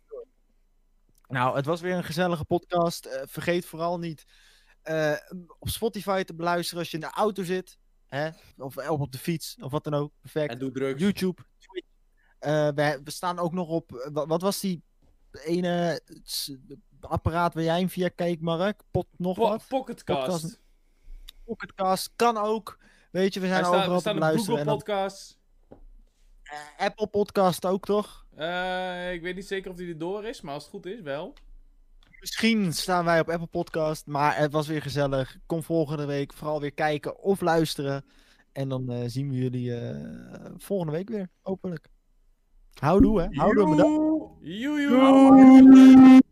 B: Nou, het was weer een gezellige podcast. Eh, vergeet vooral niet eh, op Spotify te beluisteren als je in de auto zit. Hè? Of, of op de fiets, of wat dan ook. Perfect.
F: En doe drugs.
B: YouTube, Twitch. Eh, we, we staan ook nog op... eh, Wat, wat was die ene s- apparaat waar jij hem via keek, Mark? Pot nog
C: Po-
B: wat?
C: Pocketcast.
B: Podcast. Pocketcast kan ook. Weet je, we zijn
C: Hij staat,
B: overal
C: we
B: te
C: staan op
B: beluisteren.
C: Google
B: En dan,
C: Podcasts.
B: eh, Apple Podcast ook, toch?
C: Eh, ik weet niet zeker of die er door is, maar als het goed is, wel.
B: Misschien staan wij op Apple Podcast, maar het was weer gezellig. Kom volgende week vooral weer kijken of luisteren. En dan eh, zien we jullie eh, volgende week weer, hopelijk. Houdoe, hè? Houdoe, bedankt.
C: Joe, joe.